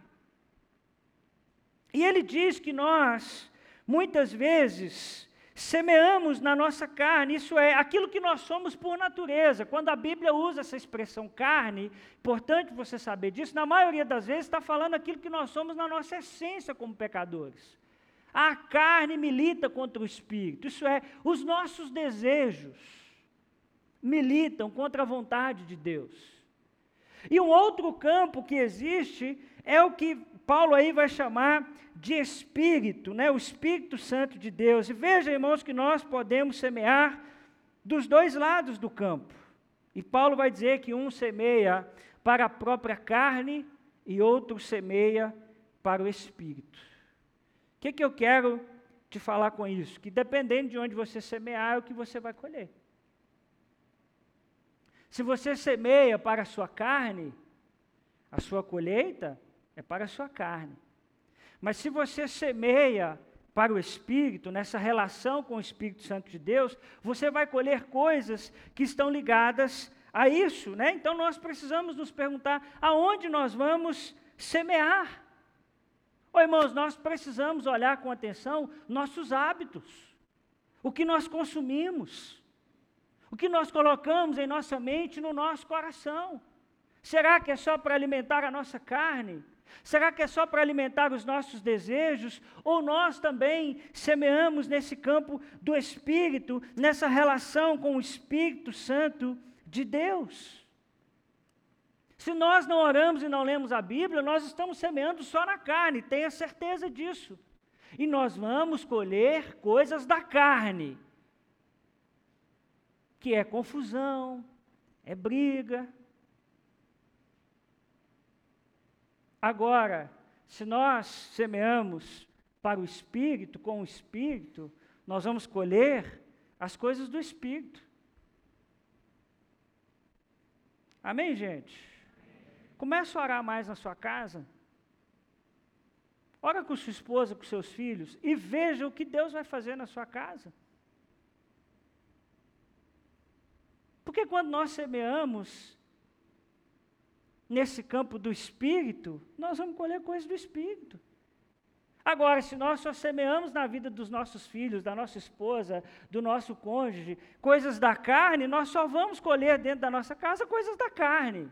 E ele diz que nós, muitas vezes, semeamos na nossa carne, isso é, aquilo que nós somos por natureza. Quando a Bíblia usa essa expressão carne, importante você saber disso, na maioria das vezes está falando aquilo que nós somos na nossa essência como pecadores. A carne milita contra o Espírito, isso é, os nossos desejos militam contra a vontade de Deus. E um outro campo que existe é o que Paulo aí vai chamar de Espírito, né? O Espírito Santo de Deus. E veja, irmãos, que nós podemos semear dos dois lados do campo. E Paulo vai dizer que um semeia para a própria carne e outro semeia para o Espírito. O que eu quero te falar com isso? Que dependendo de onde você semear, é o que você vai colher. Se você semeia para a sua carne, a sua colheita é para a sua carne. Mas se você semeia para o Espírito, nessa relação com o Espírito Santo de Deus, você vai colher coisas que estão ligadas a isso, né? Então nós precisamos nos perguntar aonde nós vamos semear. Ô, irmãos, nós precisamos olhar com atenção nossos hábitos, o que nós consumimos, o que nós colocamos em nossa mente e no nosso coração. Será que é só para alimentar a nossa carne? Será que é só para alimentar os nossos desejos? Ou nós também semeamos nesse campo do Espírito, nessa relação com o Espírito Santo de Deus? Se nós não oramos e não lemos a Bíblia, nós estamos semeando só na carne, tenha certeza disso. E nós vamos colher coisas da carne, que é confusão, é briga. Agora, se nós semeamos para o Espírito, com o Espírito, nós vamos colher as coisas do Espírito. Amém, gente? Comece a orar mais na sua casa. Ora com sua esposa, com seus filhos, e veja o que Deus vai fazer na sua casa. Porque quando nós semeamos nesse campo do Espírito, nós vamos colher coisas do Espírito. Agora, se nós só semeamos na vida dos nossos filhos, da nossa esposa, do nosso cônjuge, coisas da carne, nós só vamos colher dentro da nossa casa coisas da carne.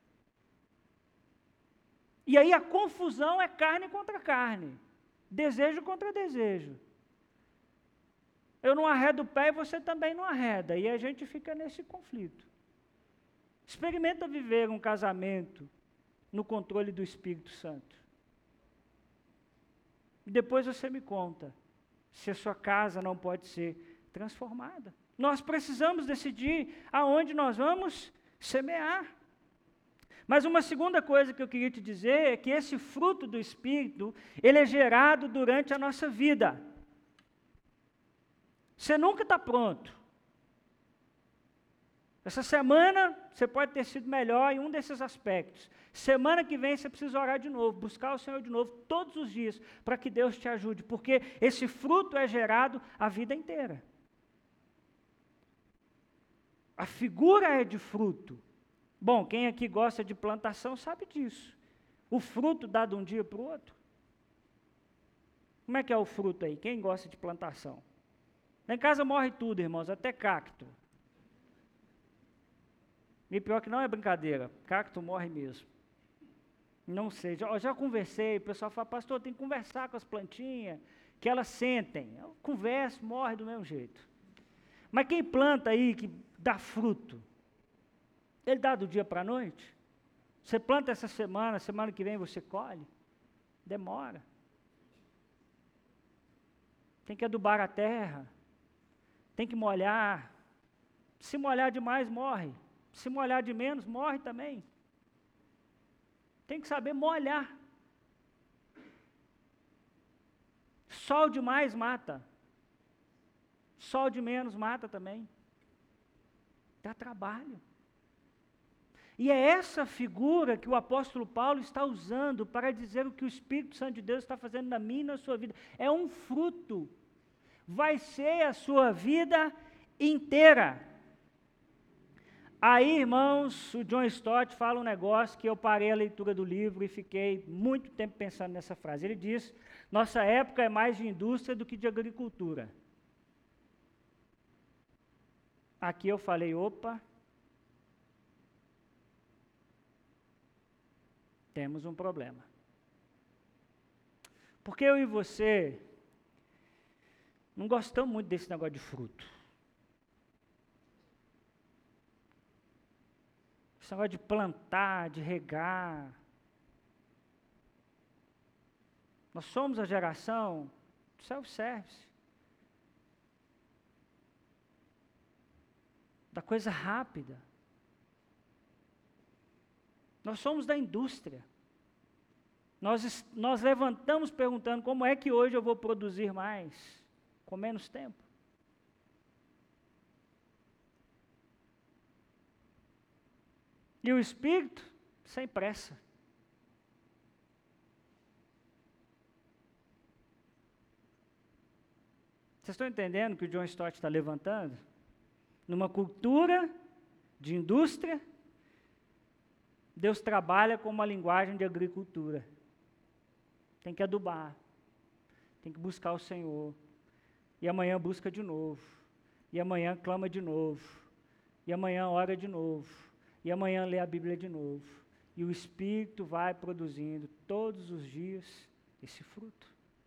E aí a confusão é carne contra carne, desejo contra desejo. Eu não arredo o pé e você também não arreda, e a gente fica nesse conflito. Experimenta viver um casamento no controle do Espírito Santo. E depois você me conta se a sua casa não pode ser transformada. Nós precisamos decidir aonde nós vamos semear. Mas uma segunda coisa que eu queria te dizer é que esse fruto do Espírito, ele é gerado durante a nossa vida. Você nunca está pronto. Essa semana você pode ter sido melhor em um desses aspectos. Semana que vem você precisa orar de novo, buscar o Senhor de novo, todos os dias, para que Deus te ajude, porque esse fruto é gerado a vida inteira. A figura é de fruto. Bom, quem aqui gosta de plantação sabe disso. O fruto dá de um dia para o outro. Como é que é o fruto aí? Quem gosta de plantação? Lá em casa morre tudo, irmãos, até cacto. E pior que não é brincadeira, cacto morre mesmo. Não sei, já conversei, o pessoal fala, pastor, tem que conversar com as plantinhas, que elas sentem. Eu converso, morre do mesmo jeito. Mas quem planta aí, que dá fruto, ele dá do dia para a noite? Você planta essa semana que vem você colhe? Demora. Tem que adubar a terra, tem que molhar. Se molhar demais, morre. Se molhar de menos, morre também. Tem que saber molhar. Sol demais mata. Sol de menos mata também. Dá trabalho. E é essa figura que o apóstolo Paulo está usando para dizer o que o Espírito Santo de Deus está fazendo na minha e na sua vida. É um fruto. Vai ser a sua vida inteira. Aí, irmãos, o John Stott fala um negócio que eu parei a leitura do livro e fiquei muito tempo pensando nessa frase. Ele diz, nossa época é mais de indústria do que de agricultura. Aqui eu falei, opa, temos um problema. Porque eu e você não gostamos muito desse negócio de fruto. Esse negócio de plantar, de regar. Nós somos a geração do self-service. Da coisa rápida. Nós somos da indústria. Nós levantamos perguntando como é que hoje eu vou produzir mais, com menos tempo. E o Espírito, sem pressa. Vocês estão entendendo o que o John Stott está levantando? Numa cultura de indústria, Deus trabalha com uma linguagem de agricultura. tem que adubar, tem que buscar o Senhor. E amanhã busca de novo. E amanhã clama de novo. E amanhã ora de novo. E amanhã lê a Bíblia de novo. E o Espírito vai produzindo todos os dias esse fruto.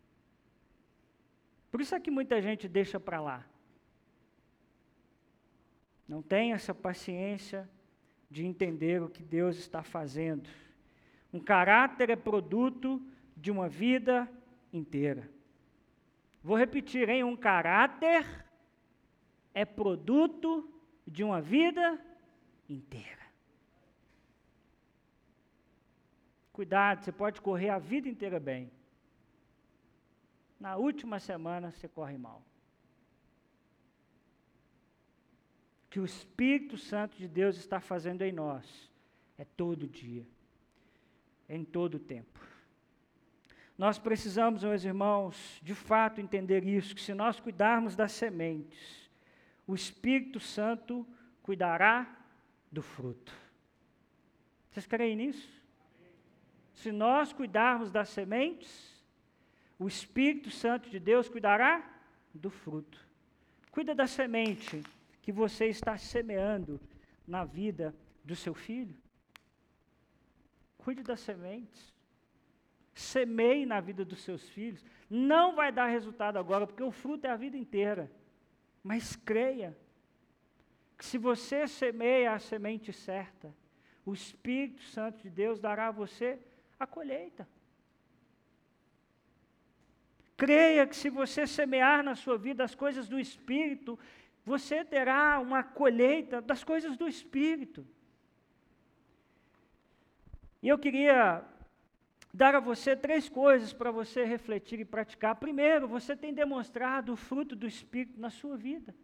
Por isso é que muita gente deixa para lá. Não tem essa paciência de entender o que Deus está fazendo. Um caráter é produto de uma vida inteira. Vou repetir, hein? Um caráter é produto de uma vida inteira. Cuidado, você pode correr a vida inteira bem. Na última semana você corre mal. O que o Espírito Santo de Deus está fazendo em nós é todo dia, em todo o tempo. Nós precisamos, meus irmãos, de fato entender isso, que se nós cuidarmos das sementes, o Espírito Santo cuidará do fruto. Vocês creem nisso? Se nós cuidarmos das sementes, o Espírito Santo de Deus cuidará do fruto. Cuida da semente que você está semeando na vida do seu filho. Cuide das sementes. Semeie na vida dos seus filhos. Não vai dar resultado agora, porque o fruto é a vida inteira. Mas creia que se você semeia a semente certa, o Espírito Santo de Deus dará a você a colheita. Creia que se você semear na sua vida as coisas do Espírito, você terá uma colheita das coisas do Espírito. E eu queria dar a você 3 coisas para você refletir e praticar. Primeiro, você tem demonstrado o fruto do Espírito na sua vida.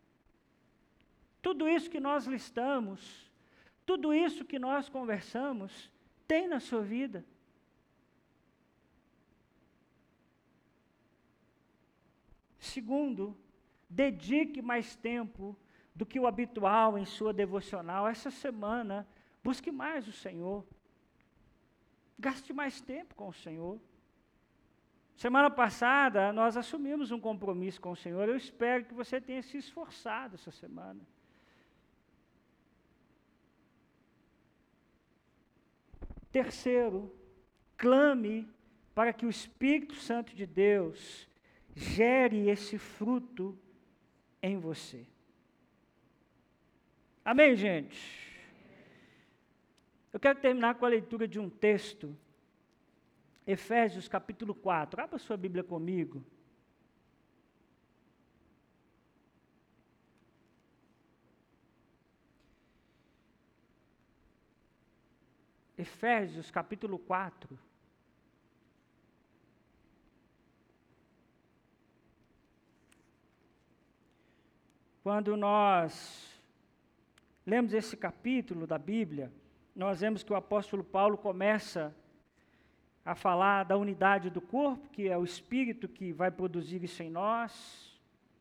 Tudo isso que nós listamos, tudo isso que nós conversamos, tem na sua vida. Segundo, dedique mais tempo do que o habitual em sua devocional. Essa semana, busque mais o Senhor. Gaste mais tempo com o Senhor. Semana passada, nós assumimos um compromisso com o Senhor. Eu espero que você tenha se esforçado essa semana. Terceiro, clame para que o Espírito Santo de Deus gere esse fruto em você. Amém, gente? Eu quero terminar com a leitura de um texto, Efésios capítulo 4. Abra sua Bíblia comigo. Efésios capítulo 4. Quando nós lemos esse capítulo da Bíblia, nós vemos que o apóstolo Paulo começa a falar da unidade do corpo, que é o Espírito que vai produzir isso em nós.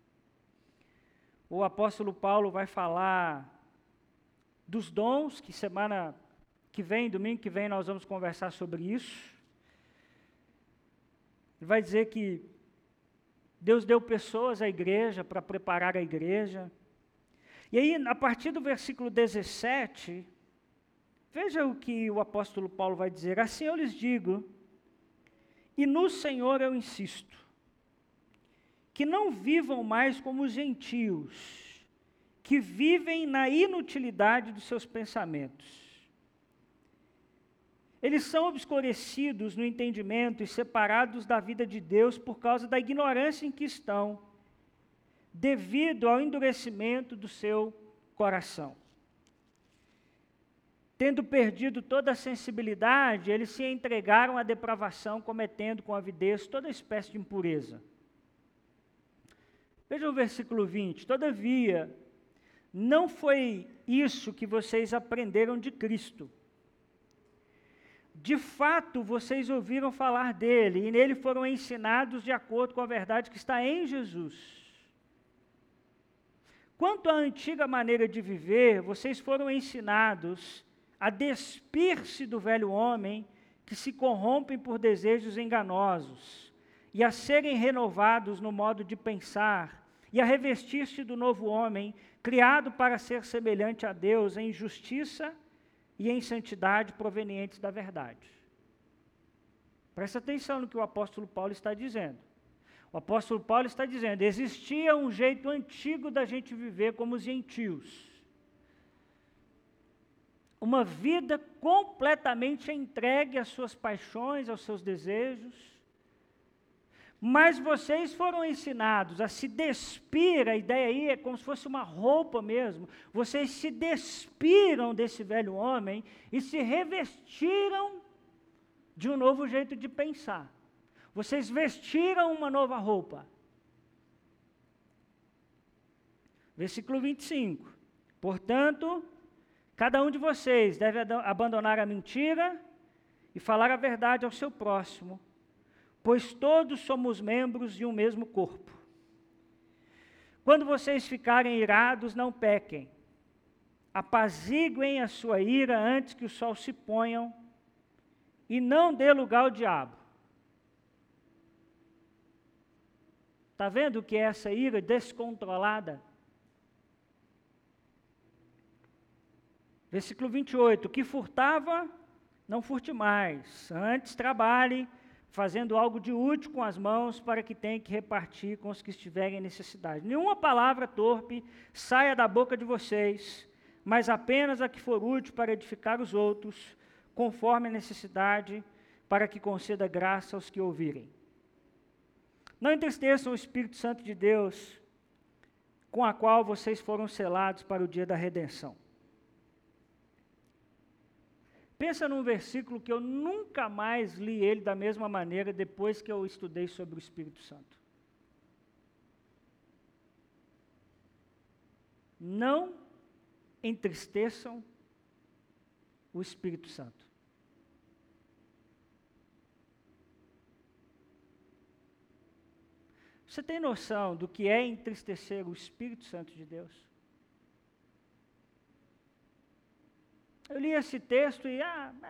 O apóstolo Paulo vai falar dos dons, que semana que vem, domingo que vem, nós vamos conversar sobre isso. Ele vai dizer que Deus deu pessoas à igreja para preparar a igreja. E aí, a partir do versículo 17, veja o que o apóstolo Paulo vai dizer. Assim eu lhes digo, e no Senhor eu insisto, que não vivam mais como os gentios, que vivem na inutilidade dos seus pensamentos. Eles são obscurecidos no entendimento e separados da vida de Deus por causa da ignorância em que estão, devido ao endurecimento do seu coração. Tendo perdido toda a sensibilidade, eles se entregaram à depravação, cometendo com avidez toda espécie de impureza. Veja o versículo 20. Todavia, não foi isso que vocês aprenderam de Cristo. De fato, vocês ouviram falar dele, e nele foram ensinados de acordo com a verdade que está em Jesus. Quanto à antiga maneira de viver, vocês foram ensinados a despir-se do velho homem que se corrompem por desejos enganosos, e a serem renovados no modo de pensar, e a revestir-se do novo homem, criado para ser semelhante a Deus em justiça e em santidade provenientes da verdade. Presta atenção no que o apóstolo Paulo está dizendo. O apóstolo Paulo está dizendo, existia um jeito antigo da gente viver como os gentios. Uma vida completamente entregue às suas paixões, aos seus desejos. Mas vocês foram ensinados a se despir, a ideia aí é como se fosse uma roupa mesmo. Vocês se despiram desse velho homem e se revestiram de um novo jeito de pensar. Vocês vestiram uma nova roupa. Versículo 25. Portanto, cada um de vocês deve abandonar a mentira e falar a verdade ao seu próximo, pois todos somos membros de um mesmo corpo. Quando vocês ficarem irados, não pequem. Apaziguem a sua ira antes que o sol se ponha e não dê lugar ao diabo. Está vendo o que é essa ira descontrolada? Versículo 28, o que furtava, não furte mais, antes trabalhe, fazendo algo de útil com as mãos, para que tenha que repartir com os que estiverem em necessidade. Nenhuma palavra torpe saia da boca de vocês, mas apenas a que for útil para edificar os outros, conforme a necessidade, para que conceda graça aos que ouvirem. Não entristeçam o Espírito Santo de Deus, com a qual vocês foram selados para o dia da redenção. Pensa num versículo que eu nunca mais li ele da mesma maneira depois que eu estudei sobre o Espírito Santo. Não entristeçam o Espírito Santo. Você tem noção do que é entristecer o Espírito Santo de Deus? Eu li esse texto e,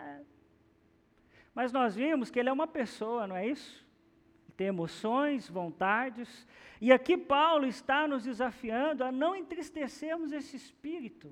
mas nós vimos que ele é uma pessoa, não é isso? Tem emoções, vontades, e aqui Paulo está nos desafiando a não entristecermos esse Espírito.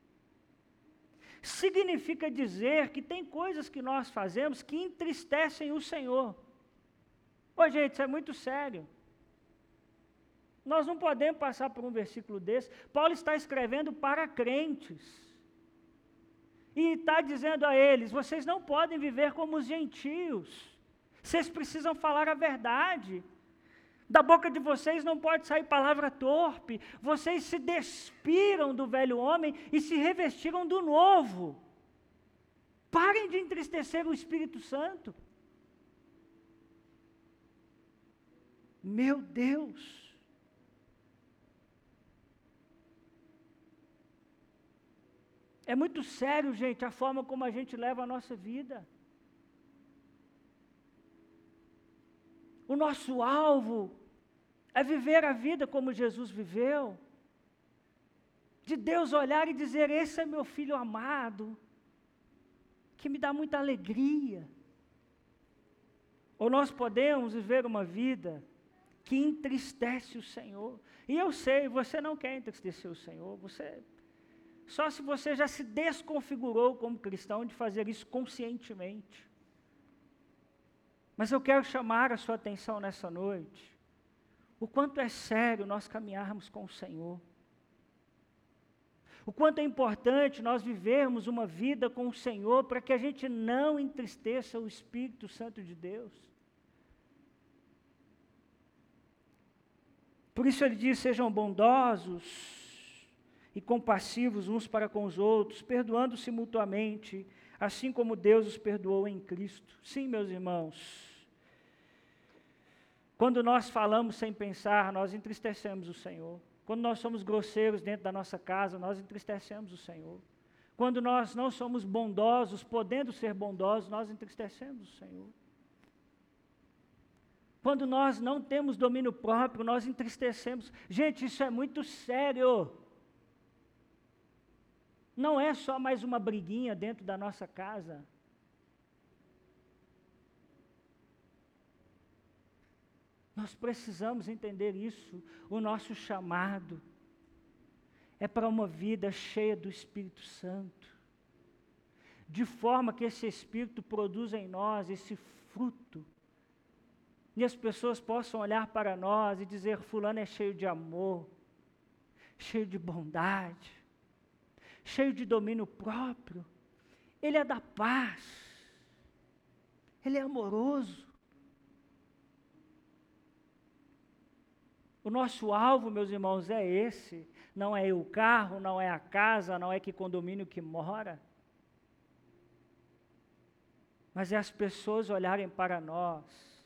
Significa dizer que tem coisas que nós fazemos que entristecem o Senhor. Ô gente, isso é muito sério. Nós não podemos passar por um versículo desse. Paulo está escrevendo para crentes. E está dizendo a eles, vocês não podem viver como os gentios. Vocês precisam falar a verdade. Da boca de vocês não pode sair palavra torpe. Vocês se despiram do velho homem e se revestiram do novo. Parem de entristecer o Espírito Santo. Meu Deus! É muito sério, gente, a forma como a gente leva a nossa vida. O nosso alvo é viver a vida como Jesus viveu. De Deus olhar e dizer, esse é meu filho amado, que me dá muita alegria. Ou nós podemos viver uma vida que entristece o Senhor. E eu sei, você não quer entristecer o Senhor, só se você já se desconfigurou como cristão de fazer isso conscientemente. Mas eu quero chamar a sua atenção nessa noite, o quanto é sério nós caminharmos com o Senhor. O quanto é importante nós vivermos uma vida com o Senhor para que a gente não entristeça o Espírito Santo de Deus. Por isso ele diz, sejam bondosos e compassivos uns para com os outros, perdoando-se mutuamente, assim como Deus os perdoou em Cristo. Sim, meus irmãos, quando nós falamos sem pensar, nós entristecemos o Senhor. Quando nós somos grosseiros dentro da nossa casa, nós entristecemos o Senhor. Quando nós não somos bondosos, podendo ser bondosos, nós entristecemos o Senhor. Quando nós não temos domínio próprio, nós entristecemos. Gente, isso é muito sério. Não é só mais uma briguinha dentro da nossa casa. Nós precisamos entender isso. O nosso chamado é para uma vida cheia do Espírito Santo, de forma que esse Espírito produza em nós esse fruto, e as pessoas possam olhar para nós e dizer: fulano é cheio de amor, cheio de bondade, cheio de domínio próprio, ele é da paz, ele é amoroso. O nosso alvo, meus irmãos, é esse. Não é o carro, não é a casa, não é que condomínio que mora. Mas é as pessoas olharem para nós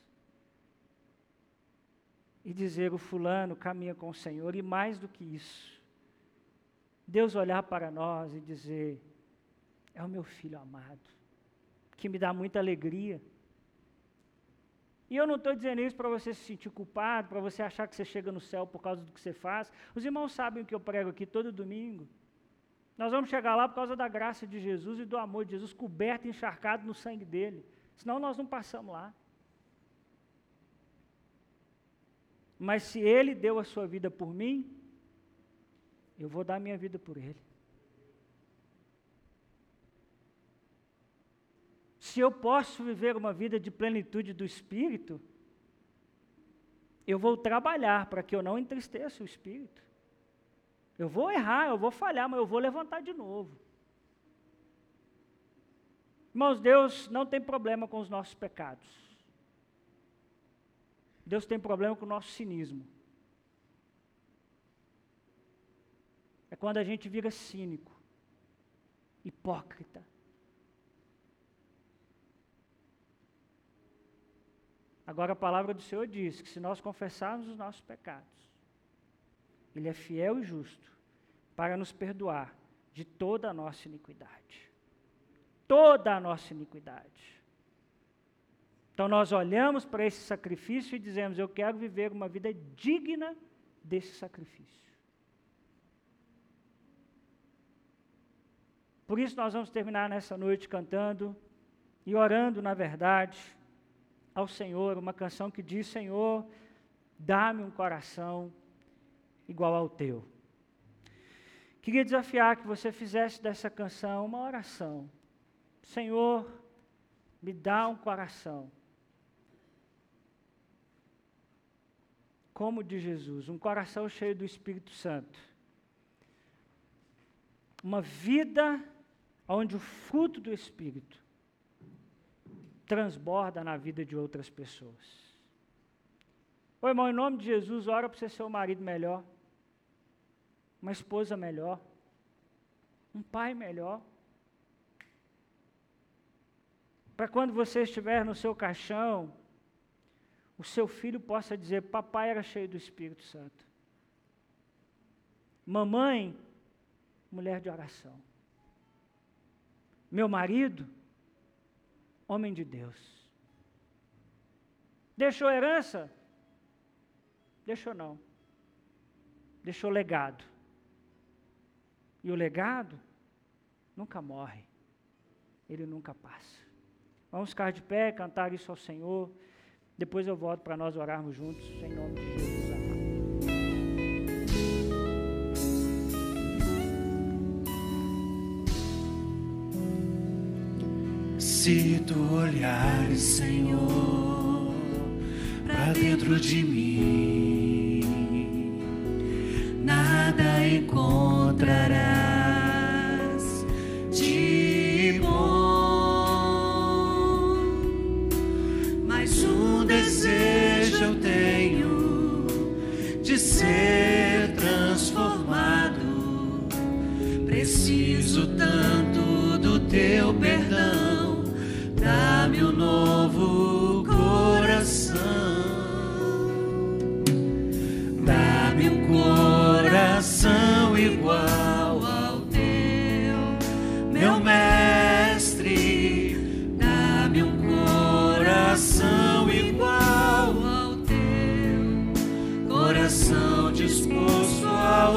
e dizer: o fulano caminha com o Senhor. E mais do que isso, Deus olhar para nós e dizer: é o meu filho amado, que me dá muita alegria. E eu não estou dizendo isso para você se sentir culpado, para você achar que você chega no céu por causa do que você faz. Os irmãos sabem o que eu prego aqui todo domingo. Nós vamos chegar lá por causa da graça de Jesus e do amor de Jesus, coberto e encharcado no sangue dele. Senão nós não passamos lá. Mas se ele deu a sua vida por mim, eu vou dar a minha vida por ele. Se eu posso viver uma vida de plenitude do Espírito, eu vou trabalhar para que eu não entristeça o Espírito. Eu vou errar, eu vou falhar, mas eu vou levantar de novo. Irmãos, Deus não tem problema com os nossos pecados. Deus tem problema com o nosso cinismo. É quando a gente vira cínico, hipócrita. Agora a palavra do Senhor diz que se nós confessarmos os nossos pecados, Ele é fiel e justo para nos perdoar de toda a nossa iniquidade. Toda a nossa iniquidade. Então nós olhamos para esse sacrifício e dizemos: eu quero viver uma vida digna desse sacrifício. Por isso nós vamos terminar nessa noite cantando e orando, na verdade, ao Senhor, uma canção que diz: Senhor, dá-me um coração igual ao teu. Queria desafiar que você fizesse dessa canção uma oração. Senhor, me dá um coração como o de Jesus, um coração cheio do Espírito Santo. Uma vida onde o fruto do Espírito transborda na vida de outras pessoas. Ô irmão, em nome de Jesus, ora para você ser um marido melhor, uma esposa melhor, um pai melhor. Para quando você estiver no seu caixão, o seu filho possa dizer: papai era cheio do Espírito Santo. Mamãe, mulher de oração. Meu marido, homem de Deus. Deixou herança? Deixou não. Deixou legado. E o legado nunca morre. Ele nunca passa. Vamos ficar de pé, cantar isso ao Senhor. Depois eu volto para nós orarmos juntos, em nome de Jesus. Amém. Se tu olhares, Senhor, para dentro de mim, nada encontrarás de bom, mas um desejo eu tenho de ser transformado. Preciso tanto do teu perdão, dá-me um novo coração, dá-me um coração igual ao teu, meu mestre, dá-me um coração igual ao teu, coração disposto a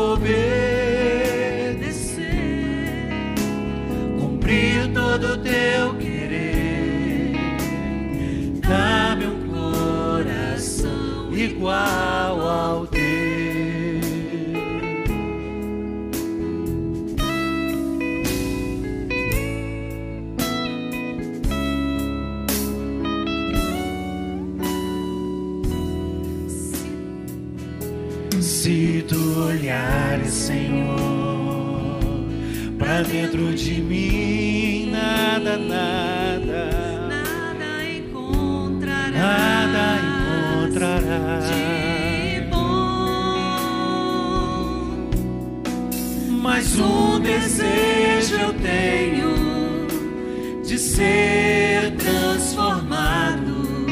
obedecer, cumprir todo o teu querer. Se tu olhares, Senhor, pra dentro de mim, nada encontrarás de bom. Mas um desejo eu tenho de ser transformado.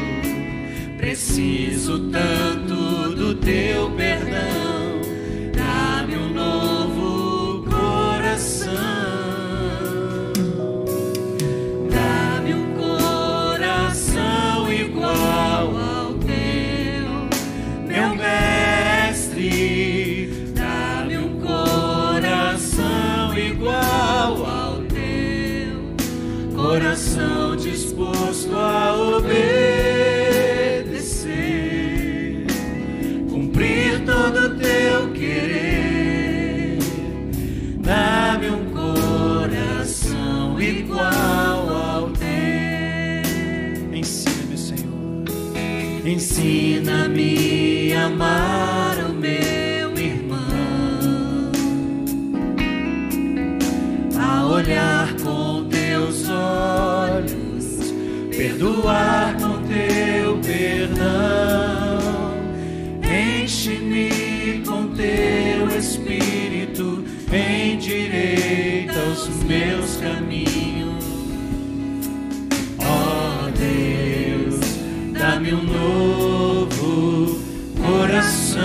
Preciso tanto do teu perdão. Dá-me um novo coração. Dá-me um coração igual ao teu, meu mestre. Dá-me um coração igual ao teu, coração disposto a obedecer, cumprir todo o teu querer. Dá-me um coração igual ao teu. Ensina-me, Senhor, ensina-me a amar o meu irmão, a olhar com teus olhos, perdoar com teu perdão. Enche-me com teu Espírito, endireita os meus caminhos. Ó Deus, dá-me um novo coração.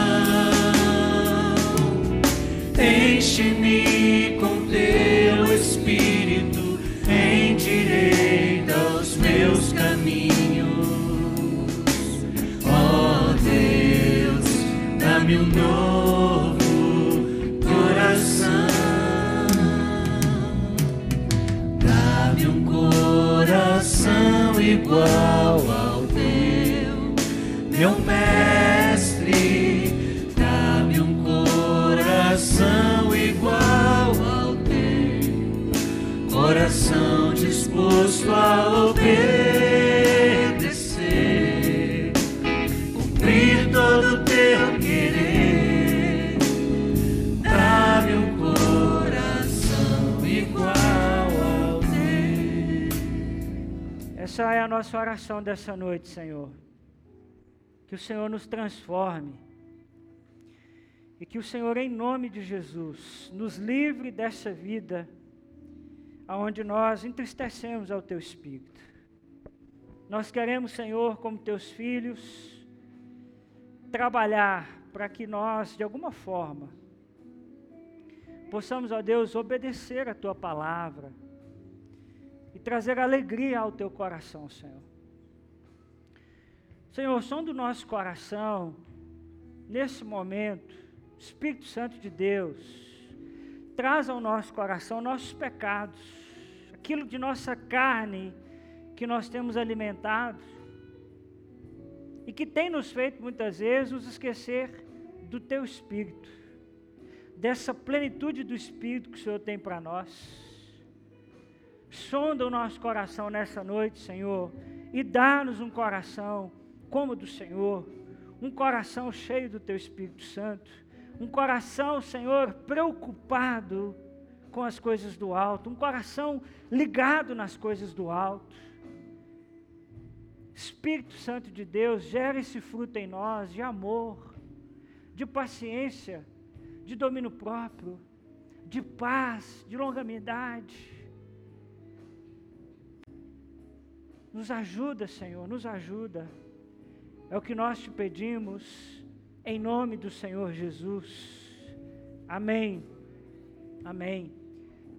Enche-me com teu Espírito, endireita os meus caminhos. Ó Deus, dá-me um novo coração. Dá-me um coração igual ao teu, meu mestre. Dá-me um coração igual ao teu, coração disposto a obedecer, cumprir todo o teu querer. Dá-me um coração igual ao teu. Essa é a nossa oração dessa noite, Senhor. Que o Senhor nos transforme. E que o Senhor, em nome de Jesus, nos livre dessa vida onde nós entristecemos ao Teu Espírito. Nós queremos, Senhor, como Teus filhos, trabalhar para que nós, de alguma forma, possamos, ó Deus, obedecer a Tua palavra e trazer alegria ao Teu coração, Senhor. Senhor, som do nosso coração, nesse momento, Espírito Santo de Deus, traz ao nosso coração nossos pecados, aquilo de nossa carne que nós temos alimentado e que tem nos feito muitas vezes nos esquecer do Teu Espírito, dessa plenitude do Espírito que o Senhor tem para nós. Sonda o nosso coração nessa noite, Senhor, e dá-nos um coração como o do Senhor, um coração cheio do Teu Espírito Santo, um coração, Senhor, preocupado com as coisas do alto, um coração ligado nas coisas do alto. Espírito Santo de Deus, gera esse fruto em nós de amor, de paciência, de domínio próprio, de paz, de longanimidade. Nos ajuda, Senhor, nos ajuda. É o que nós te pedimos, em nome do Senhor Jesus. Amém. Amém.